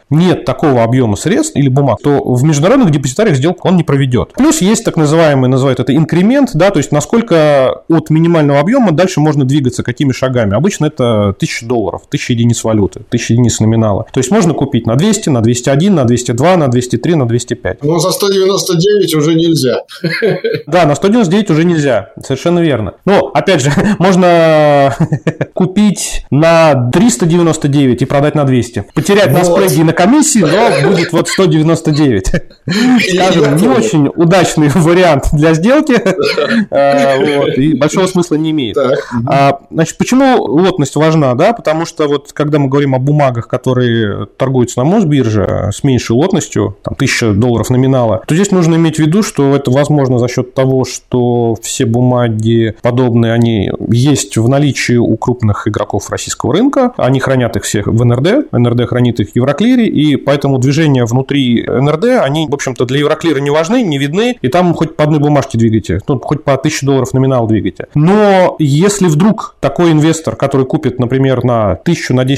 нет такого объема средств или бумаг, то в международных депозитариях сделку он не проведет. Плюс есть так называемый, называют это инкремент, да, то есть насколько от минимального объема дальше можно двигаться, какими шагами. Обычно это $1000, 1000 единиц валюты, 1000 единиц номинала. То есть можно купить на 200, на 201, на 202, на 203, на 205. Но за 199 уже нельзя. Да, на 199 уже нельзя, совершенно верно. Но, опять же, можно купить на 399 и продать на 200. Потерять на спреде и на комиссии, но будет вот 199. Скажем, не очень удачный вариант для сделки. И большого смысла не имеет. Значит, почему лотность важна? Да? Потому что вот когда мы говорим о бумагах, которые торгуются на Мосбирже с меньшей лотностью, там, $1000 номинала, то здесь нужно иметь в виду, что это возможно за счет того, что все бумаги подобные, они есть в наличии у крупных игроков российского рынка, они хранят их всех в НРД, НРД хранит их в Евроклире, и поэтому движения внутри НРД, они, в общем-то, для Евроклира не важны, не видны, и там хоть по одной бумажке двигайте, ну, хоть по $1000 номинал двигайте. Но если вдруг такой инвестор, который купит, например, на 1000, на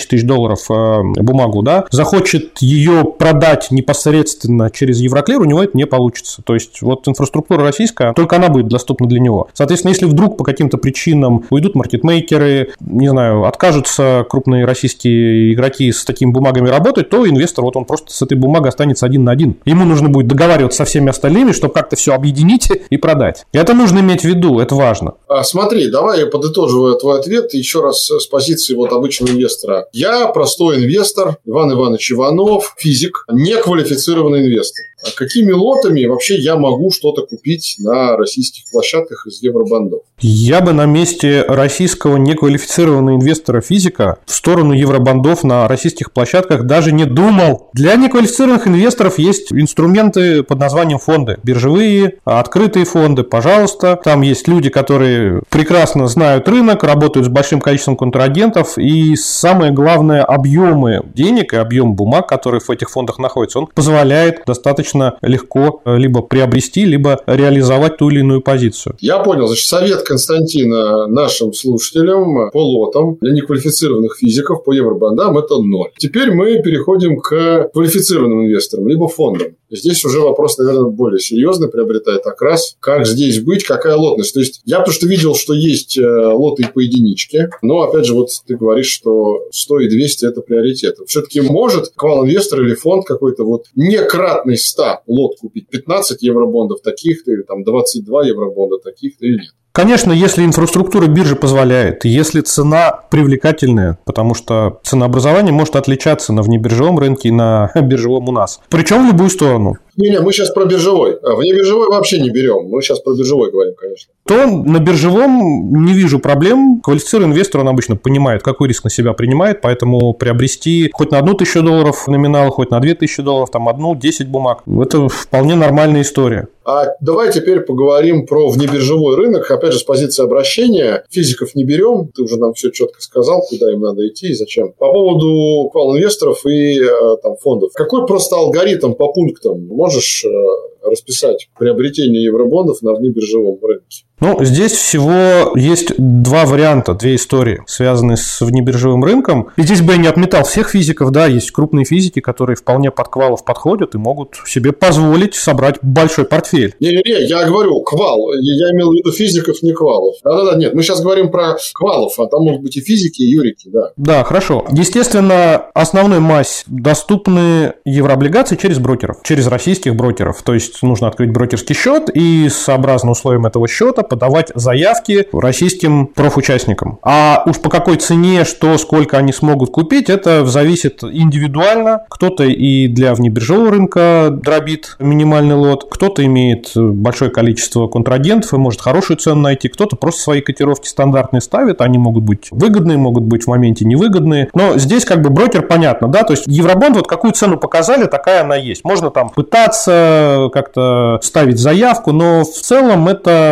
$10 000 бумагу, да, захочет ее продать непосредственно через Евроклир, у него это не получится. То есть вот инфраструктура российская, только она будет доступна для него. Соответственно, если вдруг по каким-то причинам уйдут маркетмейкеры, не знаю, откажутся крупные российские игроки с такими бумагами работать, то инвестор, вот он просто с этой бумагой останется один на один. Ему нужно будет договариваться со всеми остальными, чтобы как-то все объединить и продать. И это нужно иметь в виду, это важно. Смотри, давай я подытоживаю твой ответ еще раз с позиции вот обычного инвестора. Я простой инвестор, Иван Иванович Иванов, физик, неквалифицированный инвестор. А какими лотами вообще я могу что-то купить на российских площадках из евробандов? Я бы на месте российского неквалифицированного инвестора-физика в сторону евробандов на российских площадках даже не думал. Для неквалифицированных инвесторов есть инструменты под названием фонды. Биржевые, открытые фонды, пожалуйста. Там есть люди, которые прекрасно знают рынок, работают с большим количеством контрагентов. И самое главное, объемы денег и объем бумаг, которые в этих фондах находятся, он позволяет достаточно легко либо приобрести, либо реализовать ту или иную позицию. Я понял. Значит, совет Константина нашим слушателям по лотам для неквалифицированных физиков по евробандам – это 0. Теперь мы переходим к квалифицированным инвесторам, либо фондам. Здесь уже вопрос, наверное, более серьезный, приобретает окрас. Как здесь быть, какая лотность? То есть, я потому что видел, что есть лоты по единичке, но, опять же, вот ты говоришь, что 100 и 200 – это приоритет. Все-таки может квал-инвестор или фонд какой-то вот некратный 100 лот купить, 15 евробондов таких-то, или там 22 евробонда таких-то, или нет? Конечно, если инфраструктура биржи позволяет, если цена привлекательная, потому что ценообразование может отличаться на внебиржевом рынке и на биржевом у нас. Причем в любую сторону. Не, мы сейчас про биржевой. Внебиржевой вообще не берем. Мы сейчас про биржевой говорим, конечно. То на биржевом не вижу проблем. Квалифицированный инвестор, он обычно понимает, какой риск на себя принимает, поэтому приобрести хоть на $1000 номинал, хоть на $2000, там одну, 10 бумаг, это вполне нормальная история. А давай теперь поговорим про внебиржевой рынок. Опять же, с позиции обращения. Физиков не берем. Ты уже нам все четко сказал, куда им надо идти и зачем. По поводу квал-инвесторов и там, фондов. Какой просто алгоритм по пунктам можешь расписать приобретение евробондов на внебиржевом рынке? Ну, здесь всего есть два варианта, две истории, связанные с внебиржевым рынком. И здесь бы я не отметал всех физиков, да, есть крупные физики, которые вполне под квалов подходят и могут себе позволить собрать большой портфель. Не-не-не, я говорю квал, я имел в виду физиков, не квалов. Да-да-да, нет, мы сейчас говорим про квалов, а там могут быть и физики, и юрики, да. Да, хорошо. Естественно, основной массе доступны еврооблигации через брокеров, через российских брокеров. То есть нужно открыть брокерский счет и сообразно условиям этого счета подавать заявки российским профучастникам. А уж по какой цене, что, сколько они смогут купить, это зависит индивидуально. Кто-то и для внебиржевого рынка дробит минимальный лот, кто-то имеет большое количество контрагентов и может хорошую цену найти, кто-то просто свои котировки стандартные ставит, они могут быть выгодные, могут быть в моменте невыгодные. Но здесь как бы брокер понятно, да, то есть евробонд, вот какую цену показали, такая она есть. Можно там пытаться как-то ставить заявку, но в целом это как бы рынок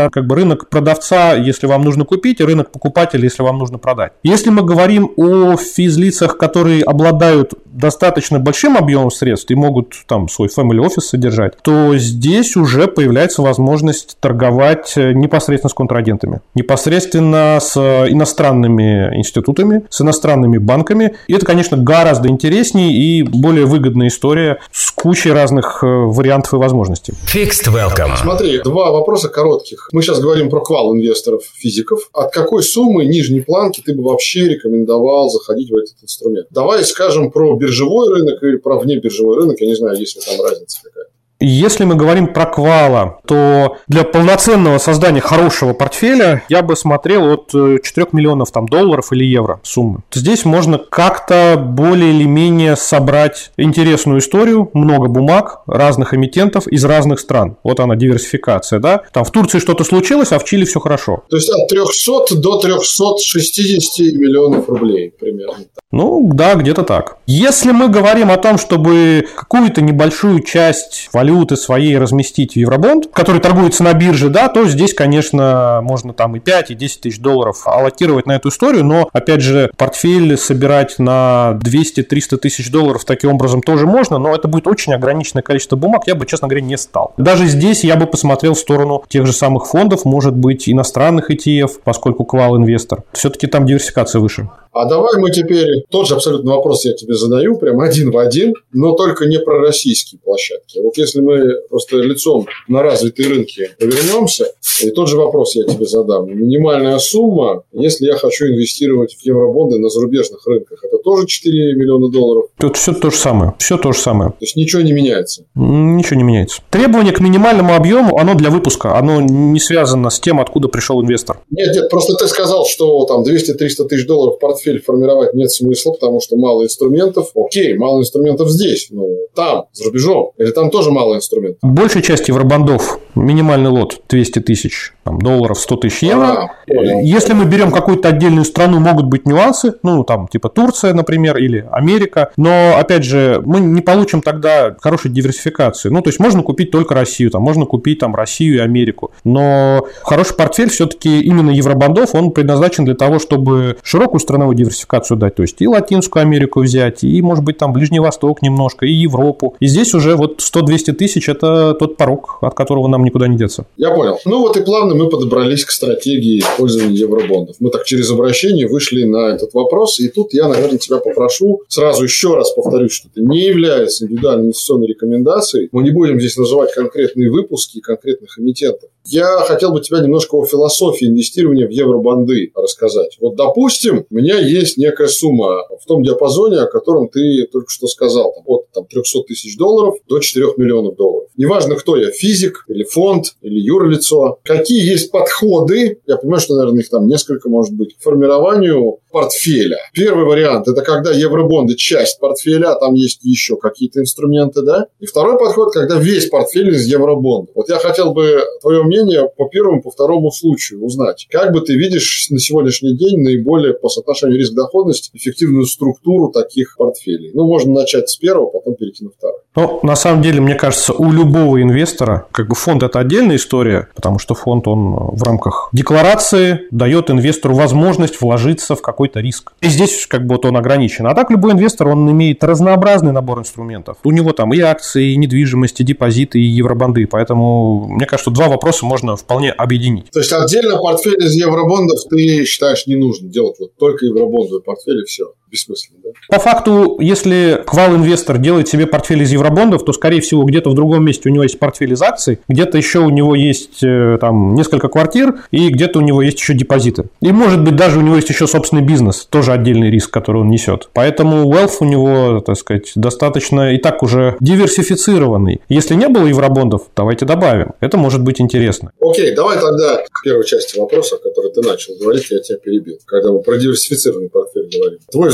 рынок продавца, если вам нужно купить, и рынок покупателя, если вам нужно продать. Если мы говорим о физлицах, которые обладают достаточно большим объемом средств и могут там свой family office содержать, то здесь уже появляется возможность торговать непосредственно с контрагентами, непосредственно с иностранными институтами, с иностранными банками. И это, конечно, гораздо интереснее и более выгодная история с кучей разных вариантов и возможностей. Fixed Welcome. Смотри, два вопроса коротких. Мы сейчас говорим про квал инвесторов, физиков. От какой суммы нижней планки ты бы вообще рекомендовал заходить в этот инструмент? Давай скажем про биржевой рынок или про внебиржевой рынок. Я не знаю, есть ли там разница какая-то. Если мы говорим про квала, то для полноценного создания хорошего портфеля я бы смотрел от 4 миллионов долларов или евро суммы. Здесь можно как-то более или менее собрать интересную историю, много бумаг, разных эмитентов из разных стран. Вот она, диверсификация, да? Там в Турции что-то случилось, а в Чили все хорошо. То есть от 300 до 360 миллионов рублей примерно. Ну, да, где-то так. Если мы говорим о том, чтобы какую-то небольшую часть валюты своей разместить в евробонд, который торгуется на бирже, да, то здесь, конечно, можно там и 5, и 10 тысяч долларов аллокировать на эту историю, но, опять же, портфель собирать на 200-300 тысяч долларов таким образом тоже можно, но это будет очень ограниченное количество бумаг, я бы, честно говоря, не стал. Даже здесь я бы посмотрел в сторону тех же самых фондов, может быть, иностранных ETF, поскольку квал-инвестор. Все-таки там диверсификация выше. А давай мы теперь тот же абсолютно вопрос я тебе задаю, прям один в один, но только не про российские площадки. Вот если мы просто лицом на развитые рынки повернемся, и тот же вопрос я тебе задам. Минимальная сумма, если я хочу инвестировать в евробонды на зарубежных рынках, это тоже 4 миллиона долларов? Тут все то же самое. Все то же самое. То есть ничего не меняется? Ничего не меняется. Требование к минимальному объему, оно для выпуска, оно не связано с тем, откуда пришел инвестор. Нет, просто ты сказал, что там 200-300 тысяч долларов портфель формировать нет смысла, потому что мало инструментов. Окей, мало инструментов здесь, но там, за рубежом. Или там тоже мало инструментов? Большая часть евробондов, минимальный лот 200 тысяч долларов, 100 тысяч евро. Если мы берем какую-то отдельную страну, могут быть нюансы, ну, там, типа Турция, например, или Америка, но, опять же, мы не получим тогда хорошей диверсификации. Ну, то есть, можно купить только Россию, там, можно купить там Россию и Америку, но хороший портфель все-таки именно евробондов, он предназначен для того, чтобы широкую страновую диверсификацию дать, то есть и Латинскую Америку взять, и, может быть, там Ближний Восток немножко, и Европу. И здесь уже вот 100-200 тысяч – это тот порог, от которого нам никуда не деться. Я понял. Ну, вот и плавно мы подобрались к стратегии использования евробондов. Мы так через обращение вышли на этот вопрос, и тут я, наверное, тебя попрошу сразу еще раз повторюсь, что это не является индивидуальной инвестиционной рекомендацией. Мы не будем здесь называть конкретные выпуски конкретных эмитентов. Я хотел бы тебя немножко о философии инвестирования в евробонды рассказать. Вот, допустим, у меня есть некая сумма в том диапазоне, о котором ты только что сказал, от 300 тысяч долларов до 4 миллионов долларов. Неважно, кто я, физик или фонд или юрлицо. Какие есть подходы, я понимаю, что, наверное, их там несколько может быть, к формированию портфеля. Первый вариант – это когда евробонды часть портфеля, а там есть еще какие-то инструменты, да? И второй подход – когда весь портфель из евробондов. Вот я хотел бы твое мнение по первому, по второму случаю узнать. Как бы ты видишь на сегодняшний день наиболее по соотношению риск-доходность эффективную структуру таких портфелей? Ну, можно начать с первого, потом перейти на второй. Ну, на самом деле, мне кажется, у любого инвестора, фонд – это отдельная история, потому что фонд, он в рамках декларации дает инвестору возможность вложиться в какой-то риск. И здесь он ограничен. А так любой инвестор, он имеет разнообразный набор инструментов. У него там и акции, и недвижимость, и депозиты, и евробонды. Поэтому, мне кажется, два вопроса можно вполне объединить. То есть, отдельно портфель из евробондов ты считаешь не нужно делать только евробондовый портфель и все? Бессмысленно, да? По факту, если квал-инвестор делает себе портфель из евробондов, то, скорее всего, где-то в другом месте у него есть портфель из акций, где-то еще у него есть там несколько квартир, и где-то у него есть еще депозиты. И, может быть, даже у него есть еще собственный бизнес, тоже отдельный риск, который он несет. Поэтому wealth у него, достаточно и так уже диверсифицированный. Если не было евробондов, давайте добавим. Это может быть интересно. Окей, давай тогда к первой части вопроса, который ты начал говорить, я тебя перебил, когда мы про диверсифицированный портфель говорим. Твой взгляд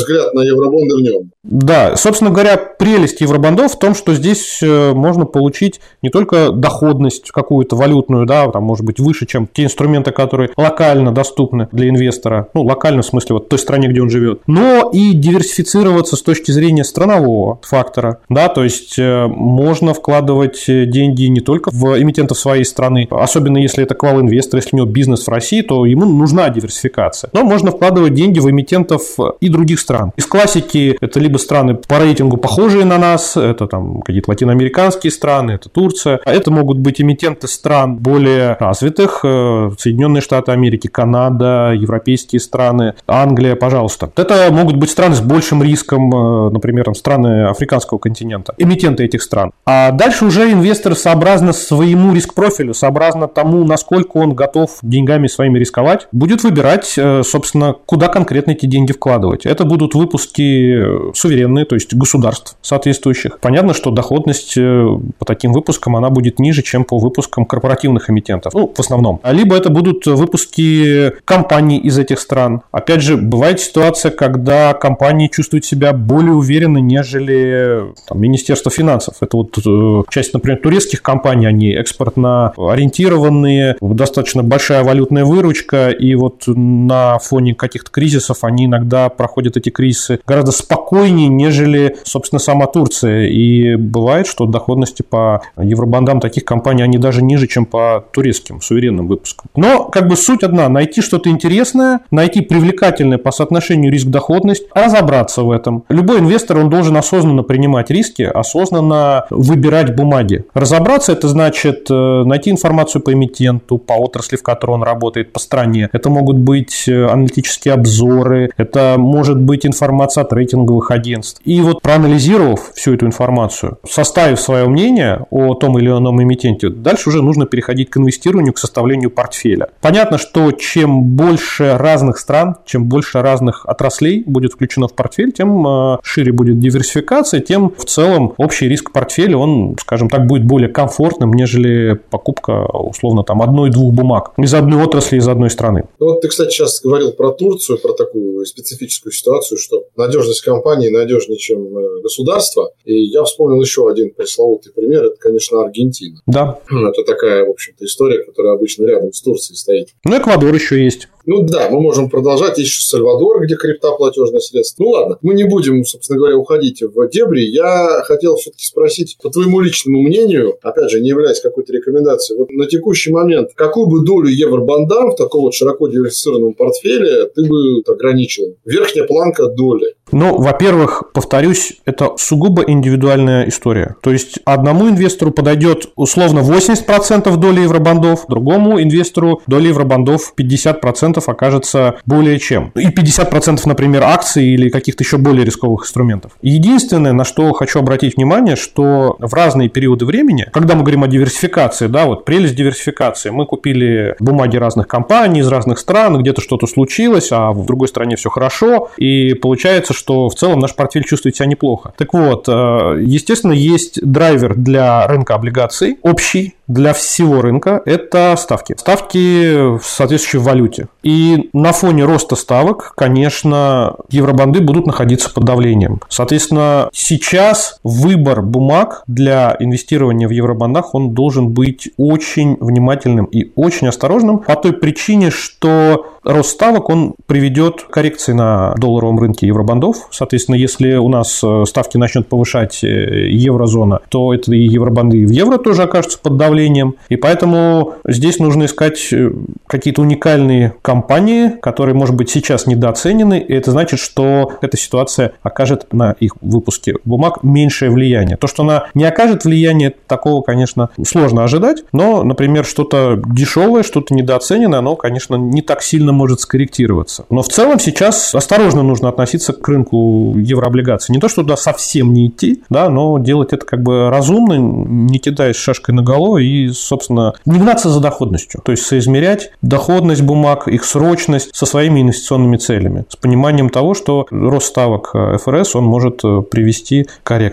взгляд на евробонды в нем. Да, собственно говоря, прелесть евробондов в том, что здесь можно получить не только доходность какую-то валютную, да, там, может быть, выше, чем те инструменты, которые локально доступны для инвестора, ну, локально в смысле вот той стране, где он живет, но и диверсифицироваться с точки зрения странового фактора, да, то есть можно вкладывать деньги не только в эмитентов своей страны, особенно если это квал-инвестор, если у него бизнес в России, то ему нужна диверсификация, но можно вкладывать деньги в эмитентов и других стран. Из классики это либо страны по рейтингу похожие на нас, это там какие-то латиноамериканские страны, это Турция, а это могут быть эмитенты стран более развитых, Соединенные Штаты Америки, Канада, европейские страны, Англия, пожалуйста. Это могут быть страны с большим риском, например, страны африканского континента, эмитенты этих стран. А дальше уже инвестор сообразно своему риск-профилю, сообразно тому, насколько он готов деньгами своими рисковать, будет выбирать, собственно, куда конкретно эти деньги вкладывать. Это будут выпуски суверенные, то есть государств соответствующих. Понятно, что доходность по таким выпускам она будет ниже, чем по выпускам корпоративных эмитентов, ну, в основном. Либо это будут выпуски компаний из этих стран. Опять же, бывает ситуация, когда компании чувствуют себя более уверенно, нежели там, Министерство финансов. Это вот часть, например, турецких компаний, они экспортно ориентированные, достаточно большая валютная выручка, и вот на фоне каких-то кризисов они иногда проходят эти кризисы гораздо спокойнее, нежели, собственно, сама Турция. И бывает, что доходности по евробондам таких компаний, они даже ниже, чем по турецким суверенным выпускам. Но как бы суть одна: найти что-то интересное, найти привлекательное по соотношению риск-доходность, разобраться в этом. Любой инвестор, он должен осознанно принимать риски, осознанно выбирать бумаги. Разобраться — это значит найти информацию по эмитенту, по отрасли, в которой он работает, по стране. Это могут быть аналитические обзоры, это может быть информация от рейтинговых агентств. И вот проанализировав всю эту информацию, составив свое мнение о том или ином эмитенте, дальше уже нужно переходить к инвестированию, к составлению портфеля. Понятно, что чем больше разных стран, чем больше разных отраслей будет включено в портфель, тем шире будет диверсификация, тем в целом общий риск портфеля, он, скажем так, будет более комфортным, нежели покупка, условно, там, одной-двух бумаг из одной отрасли, из одной страны. Вот ты, кстати, сейчас говорил про Турцию, про такую специфическую ситуацию, что надежность компании надежнее, чем государство. И я вспомнил еще один пресловутый пример, это, конечно, Аргентина. Да. Это такая, в общем-то, история, которая обычно рядом с Турцией стоит. Ну, Эквадор еще есть. Ну да, мы можем продолжать. Есть еще Сальвадор, где криптоплатежное средство. Ну ладно, мы не будем, собственно говоря, уходить в дебри. Я хотел все-таки спросить, по твоему личному мнению, опять же, не являясь какой-то рекомендацией, вот на текущий момент, какую бы долю евробондам в таком вот широко диверсифицированном портфеле ты бы ограничил? Верхняя планка доли. Ну, во-первых, повторюсь, это сугубо индивидуальная история. То есть одному инвестору подойдет условно 80% доли евробондов, другому инвестору доля евробондов 50% окажется более чем. И 50%, например, акций или каких-то еще более рисковых инструментов. Единственное, на что хочу обратить внимание, что в разные периоды времени, когда мы говорим о диверсификации, да, вот прелесть диверсификации, мы купили бумаги разных компаний из разных стран, где-то что-то случилось, а в другой стране все хорошо, и получается, что в целом наш портфель чувствует себя неплохо. Так вот, естественно, есть драйвер для рынка облигаций, общий для всего рынка, это ставки. Ставки в соответствующей валюте. И на фоне роста ставок, конечно, евробонды будут находиться под давлением. Соответственно, сейчас выбор бумаг для инвестирования в евробондах, он должен быть очень внимательным и очень осторожным по той причине, что рост ставок, он приведет к коррекции на долларовом рынке евробондов. Соответственно, если у нас ставки начнет повышать еврозона, то это и евробонды и в евро тоже окажутся под давлением. И поэтому здесь нужно искать какие-то уникальные компании, которые, может быть, сейчас недооценены. И это значит, что эта ситуация окажет на их выпуске бумаг меньшее влияние. То, что она не окажет влияния, такого, конечно, сложно ожидать. Но, например, что-то дешевое, что-то недооцененное, оно, конечно, не так сильно может скорректироваться. Но в целом сейчас осторожно нужно относиться к рынку еврооблигаций. Не то, что туда совсем не идти, да, но делать это как бы разумно, не кидаясь шашкой наголо и, собственно, не гнаться за доходностью. То есть соизмерять доходность бумаг, их срочность со своими инвестиционными целями. С пониманием того, что рост ставок ФРС, он может привести к коррекции.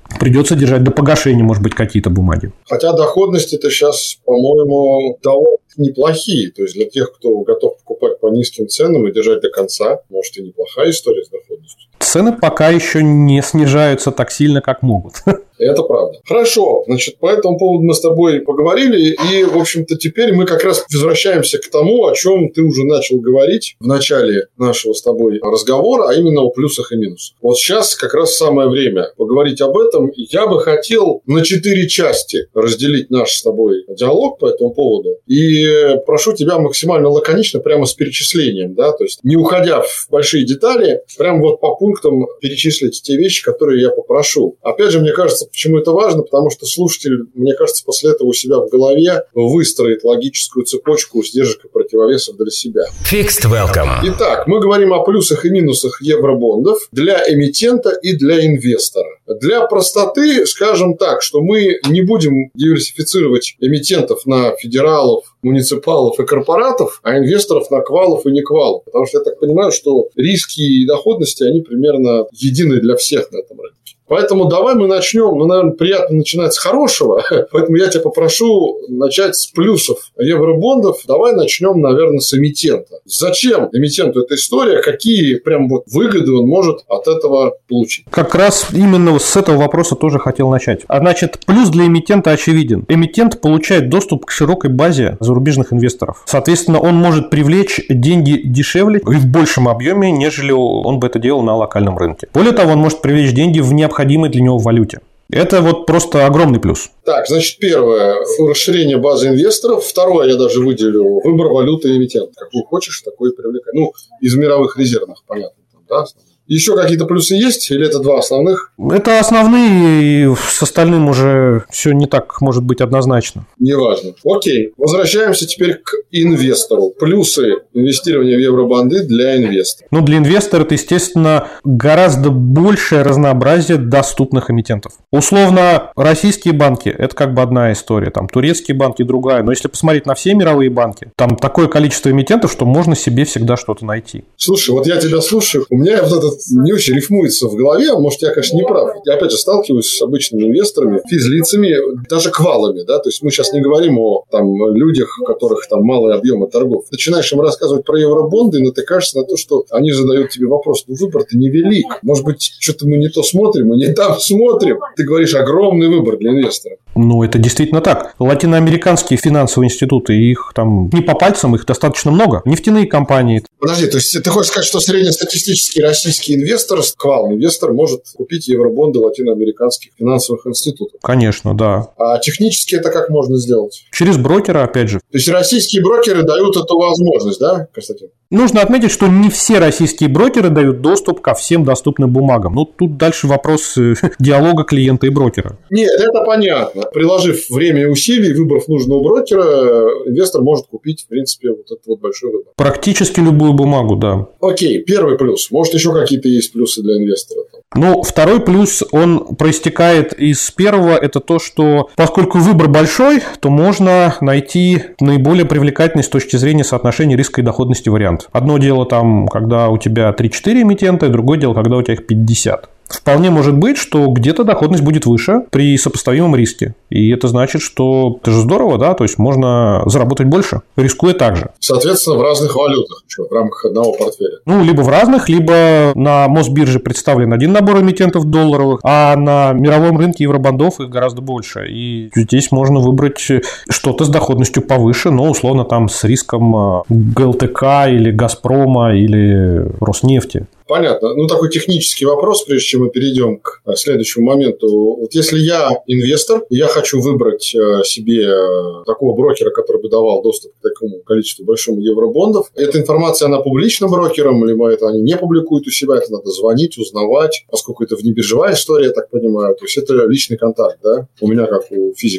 Придется держать до погашения, может быть, какие-то бумаги. Хотя доходности-то сейчас, по-моему, довольно неплохие. То есть для тех, кто готов покупать по низким ценам и держать до конца, может, и неплохая история с доходностью. Цены пока еще не снижаются так сильно, как могут. Это правда. Хорошо, значит, по этому поводу мы с тобой поговорили, и, в общем-то, теперь мы как раз возвращаемся к тому, о чем ты уже начал говорить в начале нашего с тобой разговора, а именно о плюсах и минусах. Вот сейчас как раз самое время поговорить об этом. Я бы хотел на 4 части разделить наш с тобой диалог по этому поводу, и прошу тебя максимально лаконично, прямо с перечислением, да, то есть не уходя в большие детали, прямо вот по пунктам перечислить те вещи, которые я попрошу. Опять же, мне кажется, почему это важно? Потому что слушатель, мне кажется, после этого у себя в голове выстроит логическую цепочку сдержек и противовесов для себя. Fixed Welcome. Итак, мы говорим о плюсах и минусах евробондов для эмитента и для инвестора. Для простоты скажем так, что мы не будем диверсифицировать эмитентов на федералов, муниципалов и корпоратов, а инвесторов на квалов и неквалов. Потому что я так понимаю, что риски и доходности, они примерно едины для всех на этом рынке. Поэтому давай мы начнем, наверное, приятно начинать с хорошего, поэтому я тебя попрошу начать с плюсов евробондов. Давай начнем, наверное, с эмитента. Зачем эмитенту эта история? Какие прям вот выгоды он может от этого получить? Как раз именно с этого вопроса тоже хотел начать. Значит, плюс для эмитента очевиден. Эмитент получает доступ к широкой базе зарубежных инвесторов. Соответственно, он может привлечь деньги дешевле и в большем объеме, нежели он бы это делал на локальном рынке. Более того, он может привлечь деньги в необходимой для него валюте. Это вот просто огромный плюс. Так, значит, первое – расширение базы инвесторов. Второе, я даже выделю, выбор валюты эмитента. Какую хочешь, такой привлекай. Ну, из мировых резервных, понятно. Да? Еще какие-то плюсы есть? Или это два основных? Это основные, и с остальным уже все не так может быть однозначно. Неважно. Окей. Возвращаемся теперь к инвестору. Плюсы инвестирования в евробонды для инвестора. Ну, для инвестора это, естественно, гораздо большее разнообразие доступных эмитентов. Условно, российские банки – это как бы одна история, там турецкие банки – другая. Но если посмотреть на все мировые банки, там такое количество эмитентов, что можно себе всегда что-то найти. Слушай, вот я тебя слушаю, у меня вот этот не очень рифмуется в голове, может, я, конечно, не прав. Я, опять же, сталкиваюсь с обычными инвесторами, физлицами, даже квалами, да, то есть мы сейчас не говорим о там людях, у которых там малые объемы торгов. Начинаешь им рассказывать про евробонды, и натыкаешься на то, что они задают тебе вопрос, ну, выбор-то невелик. Может быть, что-то мы не то смотрим, мы не там смотрим. Ты говоришь, огромный выбор для инвестора. Ну, это действительно так. Латиноамериканские финансовые институты, их там не по пальцам, их достаточно много. Нефтяные компании. Подожди, то есть ты хочешь сказать, что среднестатистический российский инвестор, квал-инвестор, может купить евробонды латиноамериканских финансовых институтов? Конечно, да. А технически это как можно сделать? Через брокера, опять же. То есть российские брокеры дают эту возможность, да, Константин? Нужно отметить, что не все российские брокеры дают доступ ко всем доступным бумагам. Ну, тут дальше вопрос диалога клиента и брокера. Нет, это понятно. Приложив время и усилий, выбрав нужного брокера, инвестор может купить, в принципе, вот этот вот большой выбор. Практически любую бумагу, да. Окей, первый плюс. Может, еще какие-то есть плюсы для инвестора? Ну, второй плюс, он проистекает из первого, это то, что поскольку выбор большой, то можно найти наиболее привлекательный с точки зрения соотношения риска и доходности вариант. Одно дело там, когда у тебя 3-4 эмитента, и другое дело, когда у тебя их 50. Вполне может быть, что где-то доходность будет выше при сопоставимом риске. И это значит, что это же здорово, да, то есть можно заработать больше, рискуя так же. Соответственно, в разных валютах, в рамках одного портфеля. Ну, либо в разных, либо на Мосбирже представлен один набор эмитентов долларовых, а на мировом рынке евробондов их гораздо больше. И здесь можно выбрать что-то с доходностью повыше, но условно там с риском ГЛТК или Газпрома или Роснефти. Понятно. Ну, такой технический вопрос, прежде чем мы перейдем к следующему моменту. Вот если я инвестор, и я хочу выбрать себе такого брокера, который бы давал доступ к такому количеству большому евробондов, эта информация, она публична брокерам, либо это они не публикуют у себя, это надо звонить, узнавать, поскольку это внебиржевая история, я так понимаю. То есть это личный контакт, да? У меня как у физика.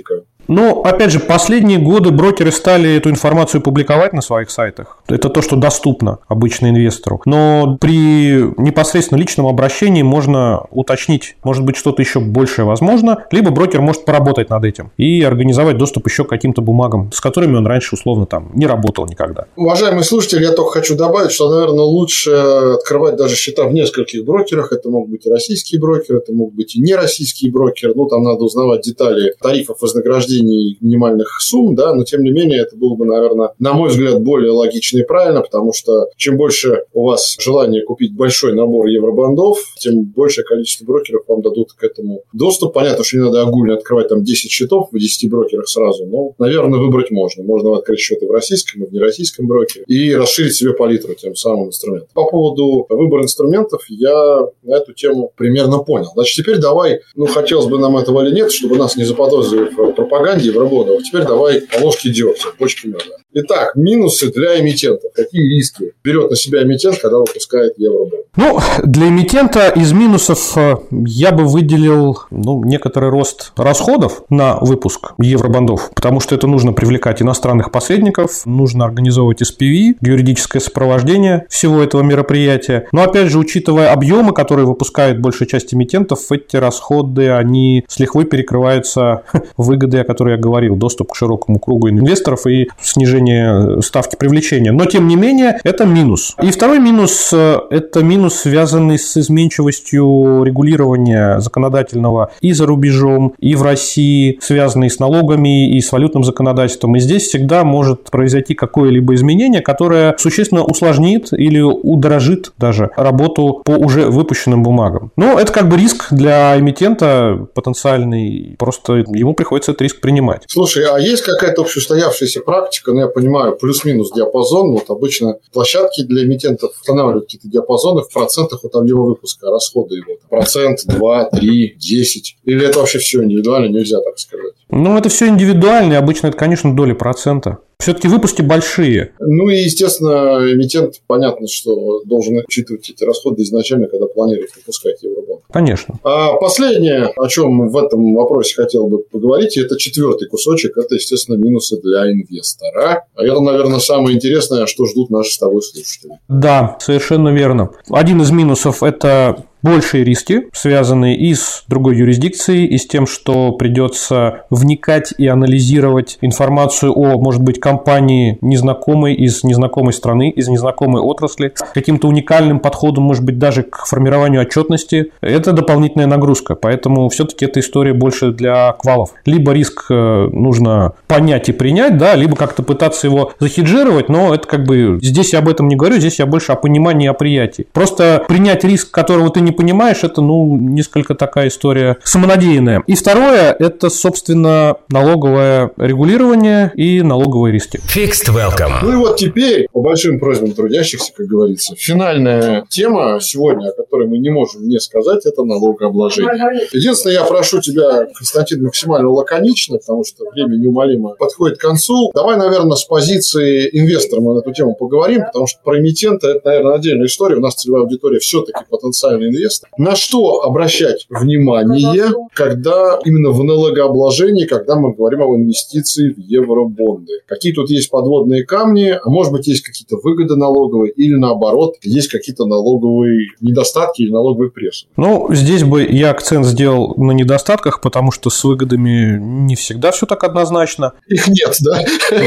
Но, опять же, последние годы брокеры стали эту информацию публиковать на своих сайтах. Это то, что доступно обычно инвестору. Но при непосредственно личном обращении можно уточнить, может быть, что-то еще большее возможно, либо брокер может поработать над этим и организовать доступ еще к каким-то бумагам, с которыми он раньше условно там не работал никогда. Уважаемые слушатели, я только хочу добавить, что, наверное, лучше открывать даже счета в нескольких брокерах. Это могут быть и российские брокеры, это могут быть и нероссийские брокеры. Там надо узнавать детали тарифов, вознаграждений, минимальных сумм, да, но тем не менее это было бы, наверное, на мой взгляд, более логично и правильно, потому что чем больше у вас желание купить большой набор евробандов, тем большее количество брокеров вам дадут к этому доступ. Понятно, что не надо огульно открывать там 10 счетов в 10 брокерах сразу, но, наверное, выбрать можно. Можно открыть счеты в российском и в нероссийском брокере и расширить себе палитру тем самым инструментом. По поводу выбора инструментов я на эту тему примерно понял. Значит, теперь давай, хотелось бы нам этого или нет, чтобы нас не заподозрили в пропаганде и в работе. Теперь давай по ложке дегтя, почки меда. Итак, минусы для эмитентов. Какие риски берет на себя эмитент, когда выпускает евробонд? Для эмитента из минусов я бы выделил некоторый рост расходов на выпуск евробондов, потому что это нужно привлекать иностранных посредников, нужно организовывать SPV, юридическое сопровождение всего этого мероприятия. Но, опять же, учитывая объемы, которые выпускает большая часть эмитентов, эти расходы, они с лихвой перекрываются выгодой, о которой я говорил, доступ к широкому кругу инвесторов и снижение ставки привлечения. Но, тем не менее, это минус. И второй минус – это минус, связанный с изменчивостью регулирования законодательного и за рубежом, и в России, связанный с налогами и с валютным законодательством. И здесь всегда может произойти какое-либо изменение, которое существенно усложнит или удорожит даже работу по уже выпущенным бумагам. Это как бы риск для эмитента потенциальный, просто ему приходится этот риск принимать. Слушай, а есть какая-то общеустоявшаяся практика, я понимаю, плюс-минус диапазон, обычно площадки для эмитентов устанавливают какие-то диапазоны в процентах от объема выпуска, расходы его. Процент, 2, 3, 10. Или это вообще все индивидуально, нельзя так сказать? Это все индивидуально, обычно это, конечно, доли процента. Все-таки выпуски большие. И, естественно, эмитент, понятно, что должен учитывать эти расходы изначально, когда планирует выпускать евробонд. Конечно. А последнее, о чем в этом вопросе хотел бы поговорить, это четвертый кусочек, это, естественно, минусы для инвестора. А это, наверное, самое интересное, что ждут наши с тобой слушатели. Да, совершенно верно. Один из минусов – это большие риски, связанные и с другой юрисдикцией, и с тем, что придется вникать и анализировать информацию о, может быть, компании незнакомой, из незнакомой страны, из незнакомой отрасли, с каким-то уникальным подходом, может быть, даже к формированию отчетности. Это дополнительная нагрузка, поэтому все-таки эта история больше для квалов. Либо риск нужно понять и принять, да, либо как-то пытаться его захеджировать, но это как бы... Здесь я об этом не говорю, здесь я больше о понимании и о приятии. Просто принять риск, которого ты не понимаешь, это, несколько такая история самонадеянная. И второе, это, собственно, налоговое регулирование и налоговые риски. Fixed Welcome. И вот теперь, по большим просьбам трудящихся, как говорится, финальная тема сегодня, о которой мы не можем не сказать, это налогообложение. Единственное, я прошу тебя, Константин, максимально лаконично, потому что время неумолимо подходит к концу. Давай, наверное, с позиции инвестора мы на эту тему поговорим, потому что про эмитента это, наверное, отдельная история. У нас целевая аудитория все-таки потенциальный инвестор. На что обращать внимание, когда именно в налогообложении, когда мы говорим об инвестиции в евробонды? Какие тут есть подводные камни, а может быть, есть какие-то выгоды налоговые, или наоборот, есть какие-то налоговые недостатки или налоговые прессы? Здесь бы я акцент сделал на недостатках, потому что с выгодами не всегда все так однозначно. Их нет, да?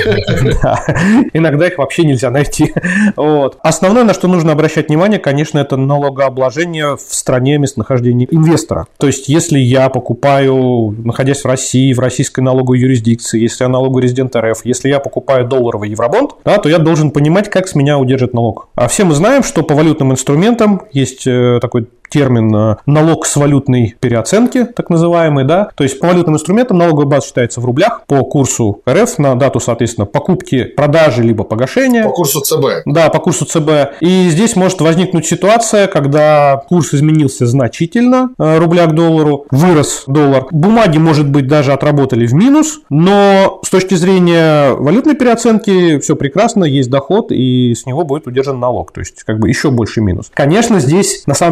Иногда их вообще нельзя найти. Основное, на что нужно обращать внимание, конечно, это налогообложение в стране местонахождения инвестора. То есть, если я покупаю, находясь в России, в российской налоговой юрисдикции, если я налоговый резидент РФ, если я покупаю долларовый евробонд, да, то я должен понимать, как с меня удержат налог. А все мы знаем, что по валютным инструментам есть такой термин налог с валютной переоценки, так называемый, да, то есть по валютным инструментам налоговая база считается в рублях по курсу РФ на дату, соответственно, покупки, продажи либо погашения. По курсу ЦБ. Да, по курсу ЦБ. И здесь может возникнуть ситуация, когда курс изменился значительно, рубля к доллару, вырос доллар. Бумаги, может быть, даже отработали в минус, но с точки зрения валютной переоценки все прекрасно, есть доход, и с него будет удержан налог, то есть как бы еще больше минус. Конечно, здесь на самом деле есть и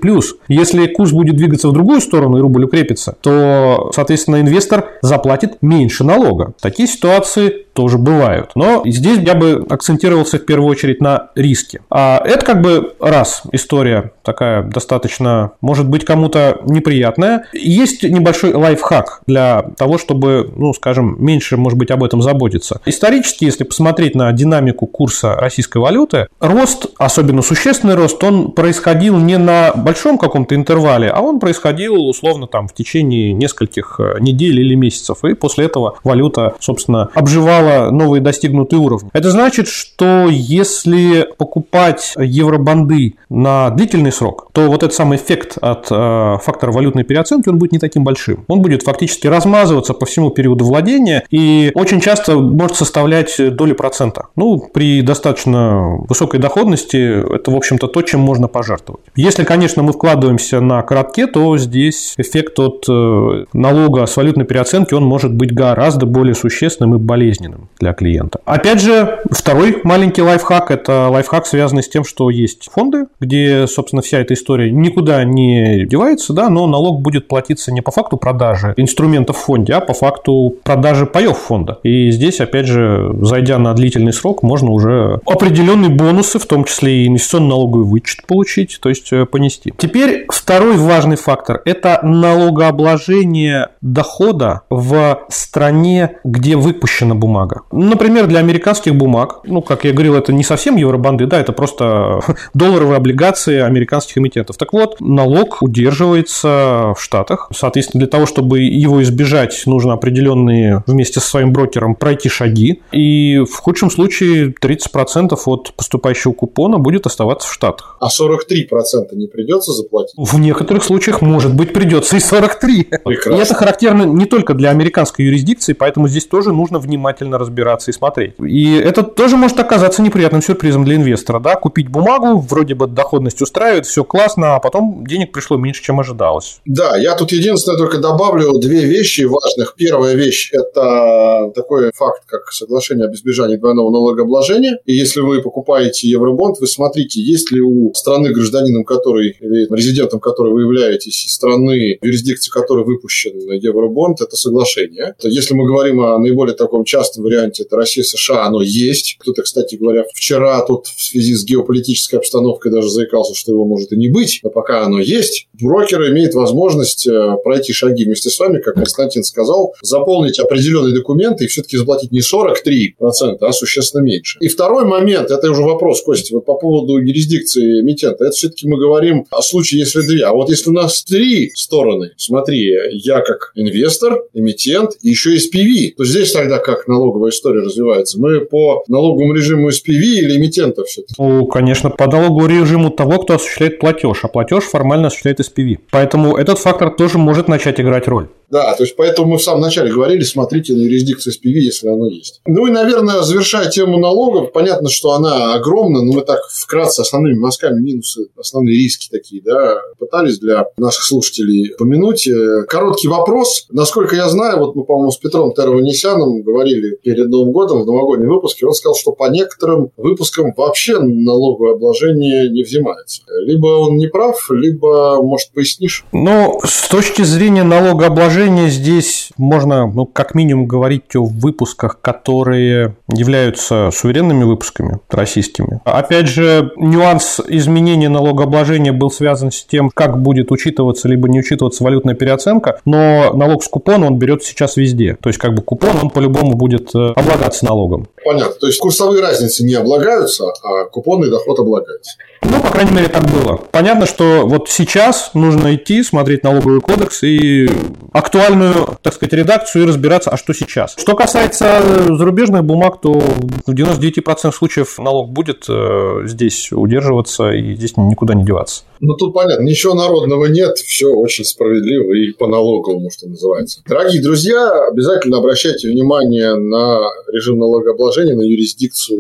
плюс. Если курс будет двигаться в другую сторону и рубль укрепится, то, соответственно, инвестор заплатит меньше налога. Такие ситуации тоже бывают. Но здесь я бы акцентировался в первую очередь на риске. А это как бы раз история такая достаточно, может быть, кому-то неприятная. Есть небольшой лайфхак для того, чтобы, скажем, меньше, может быть, об этом заботиться. Исторически, если посмотреть на динамику курса российской валюты, рост, особенно существенный рост, он происходил не на большом каком-то интервале, а он происходил условно там в течение нескольких недель или месяцев. И после этого валюта, собственно, обживала новые достигнутые уровни. Это значит, что если покупать евробанды на длительный срок, то вот этот самый эффект от фактора валютной переоценки, он будет не таким большим. Он будет фактически размазываться по всему периоду владения и очень часто может составлять доли процента. При достаточно высокой доходности это, в общем-то, то, чем можно пожертвовать. Если, конечно, мы вкладываемся на коротке, то здесь эффект от налога с валютной переоценки, он может быть гораздо более существенным и болезненным для клиента. Опять же, второй маленький лайфхак – это лайфхак, связанный с тем, что есть фонды, где, собственно, вся эта история никуда не девается, да, но налог будет платиться не по факту продажи инструментов в фонде, а по факту продажи паев фонда. И здесь, опять же, зайдя на длительный срок, можно уже определенные бонусы, в том числе и инвестиционно-налоговый вычет получить, то есть понести. Теперь второй важный фактор – это налогообложение дохода в стране, где выпущена бумага. Например, для американских бумаг, как я говорил, это не совсем евробанды, да, это просто долларовые облигации американских эмитентов. Так вот, налог удерживается в Штатах. Соответственно, для того, чтобы его избежать, нужно определенные вместе со своим брокером пройти шаги. И в худшем случае 30% от поступающего купона будет оставаться в Штатах. А 43% не придется заплатить? В некоторых случаях, может быть, придется и 43%. Прекрасно. И это характерно не только для американской юрисдикции, поэтому здесь тоже нужно внимательно разбираться и смотреть. И это тоже может оказаться неприятным сюрпризом для инвестора. Да? Купить бумагу, вроде бы доходность устраивает, все классно, а потом денег пришло меньше, чем ожидалось. Да, я тут единственное только добавлю две вещи важных. Первая вещь – это такой факт, как соглашение об избежании двойного налогообложения. И если вы покупаете евробонд, вы смотрите, есть ли у страны, гражданином которой или резидентом которой вы являетесь, из страны, юрисдикции которой выпущен евробонд, это соглашение. То если мы говорим о наиболее таком частом варианте, это Россия, США, оно есть. Кто-то, кстати говоря, вчера тут в связи с геополитической обстановкой даже заикался, что его может и не быть, но пока оно есть, брокер имеет возможность пройти шаги вместе с вами, как Константин сказал, заполнить определенные документы и все-таки заплатить не 43%, а существенно меньше. И второй момент, это уже вопрос, Костя, вот по поводу юрисдикции эмитента, это все-таки мы говорим о случае, если две. А вот если у нас три стороны, смотри, я как инвестор, эмитент и еще SPV, то здесь тогда как налоговая история развивается? Мы по налоговому режиму SPV или эмитента все-таки? Конечно, по налоговому режиму того, кто осуществляет платеж, а платеж формально осуществляет SPV. Поэтому этот фактор тоже может начать играть роль. Да, то есть поэтому мы в самом начале говорили, смотрите на юрисдикцию SPV, если оно есть. Ну и, наверное, завершая тему налогов, понятно, что она огромна, но мы так вкратце основными мазками минусы, основные риски такие, да, пытались для наших слушателей помянуть. Короткий вопрос. Насколько я знаю, вот мы, по-моему, с Петром Терванесяном говорили перед Новым годом в новогоднем выпуске, он сказал, что по некоторым выпускам вообще налоговое обложение не взимается. Либо он не прав, либо, может, пояснишь? С точки зрения налогообложения здесь можно, как минимум, говорить о выпусках, которые являются суверенными выпусками российскими. Опять же, нюанс изменения налогообложения был связан с тем, как будет учитываться либо не учитываться валютная переоценка, но налог с купона он берет сейчас везде. То есть, купон, он по-любому будет облагаться налогом. Понятно. То есть, курсовые разницы не облагаются, а купонный доход облагается. По крайней мере, так было. Понятно, что вот сейчас нужно идти, смотреть налоговый кодекс и актуальную, так сказать, редакцию и разбираться, а что сейчас. Что касается зарубежных бумаг, то в 99% случаев налог будет здесь удерживаться и здесь никуда не деваться. Тут понятно, ничего народного нет, все очень справедливо и по налоговому, что называется. Дорогие друзья, обязательно обращайте внимание на режим налогообложения, на юрисдикцию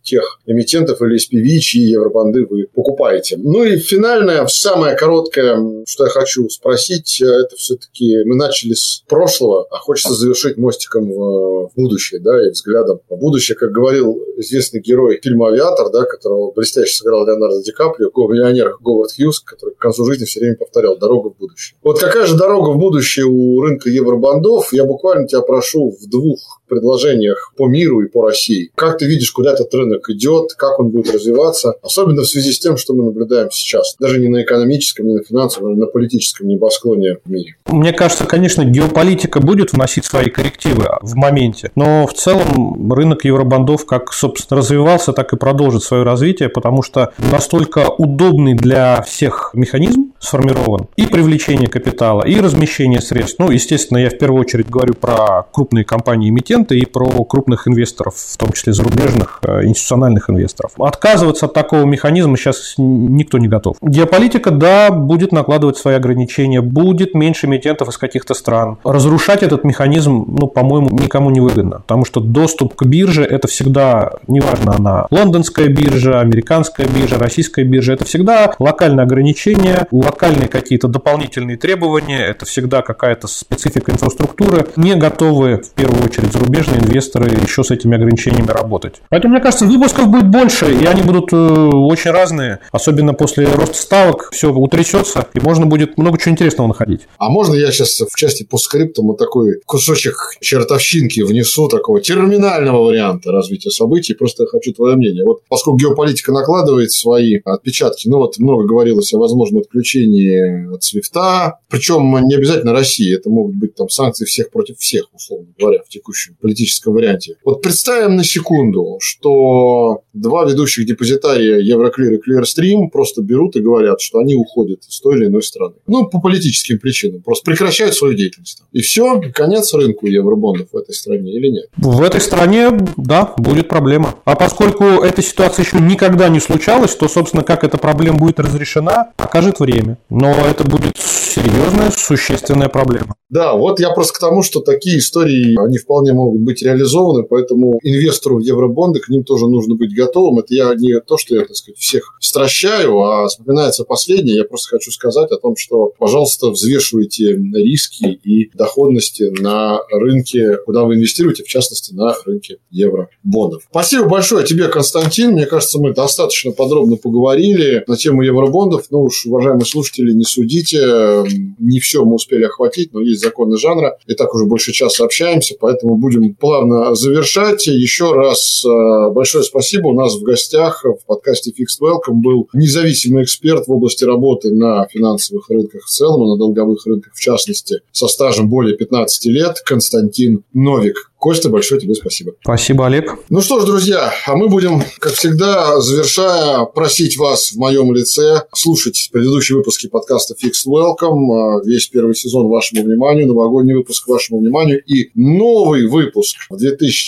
тех эмитентов или SPV, чьи евробанды вы покупаете. Ну и финальное, самое короткое, что я хочу спросить, это все-таки мы начали с прошлого, а хочется завершить мостиком в будущее, да, и взглядом в будущее, как говорил известный герой фильма «Авиатор», да, которого блестяще сыграл Леонардо Ди Каприо, миллионер Говард Хьюз, который к концу жизни все время повторял: «Дорога в будущее». Вот какая же дорога в будущее у рынка евробандов? Я буквально тебя прошу в двух предложениях по миру и по России. Как ты видишь, куда этот рынок идет, как он будет развиваться, особенно в связи с тем, что мы наблюдаем сейчас. Даже не на экономическом, не на финансовом, но на политическом небосклоне в мире. Мне кажется, конечно, геополитика будет вносить свои коррективы в моменте, но в целом рынок евробандов как, собственно, развивался, так и продолжит свое развитие, потому что настолько удобный для всех механизм сформирован и привлечение капитала, и размещение средств. Ну, естественно, я в первую очередь говорю про крупные компании-эмитенты и про крупных инвесторов, в том числе зарубежных институциональных инвесторов. Отказываться от такого механизма сейчас никто не готов. Геополитика, да, будет накладывать свои ограничения, будет меньше эмитентов из каких-то стран. Разрушать этот механизм, ну, по-моему, никому не выгодно, потому что доступ к бирже – это всегда, неважно, она лондонская биржа, американская биржа, российская биржа, это всегда локальные ограничения, локальные какие-то дополнительные требования, это всегда какая-то специфика инфраструктуры. Не готовы, в первую очередь, зарубежные инвесторы еще с этими ограничениями работать. Поэтому, мне кажется, выпусков будет больше, и они будут очень разные. Особенно после роста ставок все утрясется, и можно будет много чего интересного находить. А можно я сейчас в части постскриптума такой кусочек чертовщинки внесу, такого терминального варианта развития событий? Просто хочу твое мнение. Вот поскольку геополитика накладывает свои отпечатки, ну вот много говорилось о возможном отключении от свифта, причем не обязательно России, это могут быть там санкции всех против всех, условно говоря, в текущем политическом варианте. Вот представим на секунду, что два ведущих депозитария Евроклир и Clearstream просто берут и говорят, что они уходят из той или иной страны. Ну, по политическим причинам. Просто прекращают свою деятельность. И все, конец рынку евробондов в этой стране или нет? В этой стране, да, будет проблема. А поскольку эта ситуация еще никогда не случалась, то, собственно, как эта проблема будет разрешена, покажет время. Но это будет серьезная, существенная проблема. Да, вот я просто к тому, что такие истории, они вполне могут быть реализованы, поэтому инвестору в евробонды к ним тоже нужно быть готовым. Это я не то, что я, так сказать, всех стращаю, а вспоминается последнее. Я просто хочу сказать о том, что, пожалуйста, взвешивайте риски и доходности на рынке, куда вы инвестируете, в частности, на рынке евробондов. Спасибо большое тебе, Константин. Мне кажется, мы достаточно подробно поговорили на тему евробондов. Ну уж, уважаемые слушатели, не судите. Не все мы успели охватить, но есть законы жанра. И так уже больше часа общаемся, поэтому будем плавно завершать. Еще раз большое спасибо. У нас в гостях в подкасте Fixed Welcome был независимый эксперт в области работы на финансовых рынках в целом, и на долговых рынках в частности, со стажем более 15 лет, Константин Новик. Костя, большое тебе спасибо. Спасибо, Олег. Ну что ж, друзья, а мы будем, как всегда, завершая, просить вас в моем лице слушать предыдущие выпуски подкаста Fixed Welcome, весь первый сезон вашему вниманию, новогодний выпуск вашему вниманию и новый выпуск в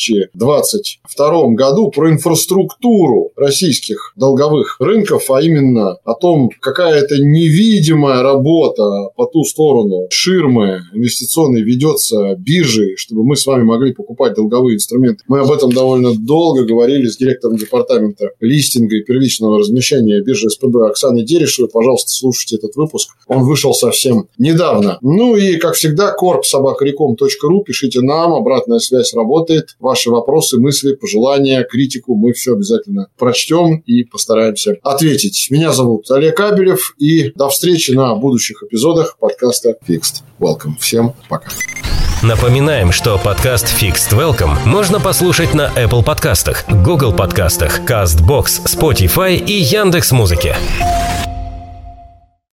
2022 году про инфраструктуру российских долговых рынков, а именно о том, какая это невидимая работа по ту сторону ширмы инвестиционной ведется биржей, чтобы мы с вами могли покупать долговые инструменты. Мы об этом довольно долго говорили с директором департамента листинга и первичного размещения биржи СПБ Оксаной Дерешевой. Пожалуйста, слушайте этот выпуск. Он вышел совсем недавно. Ну и, как всегда, corp@recom.ru. Пишите нам, обратная связь работает. Ваши вопросы, мысли, пожелания, критику мы все обязательно прочтем и постараемся ответить. Меня зовут Олег Абелев, и до встречи на будущих эпизодах подкаста Fixed Welcome. Всем пока. Напоминаем, что подкаст Fixed Welcome можно послушать на Apple подкастах, Google подкастах, CastBox, Spotify и Яндекс.Музыке.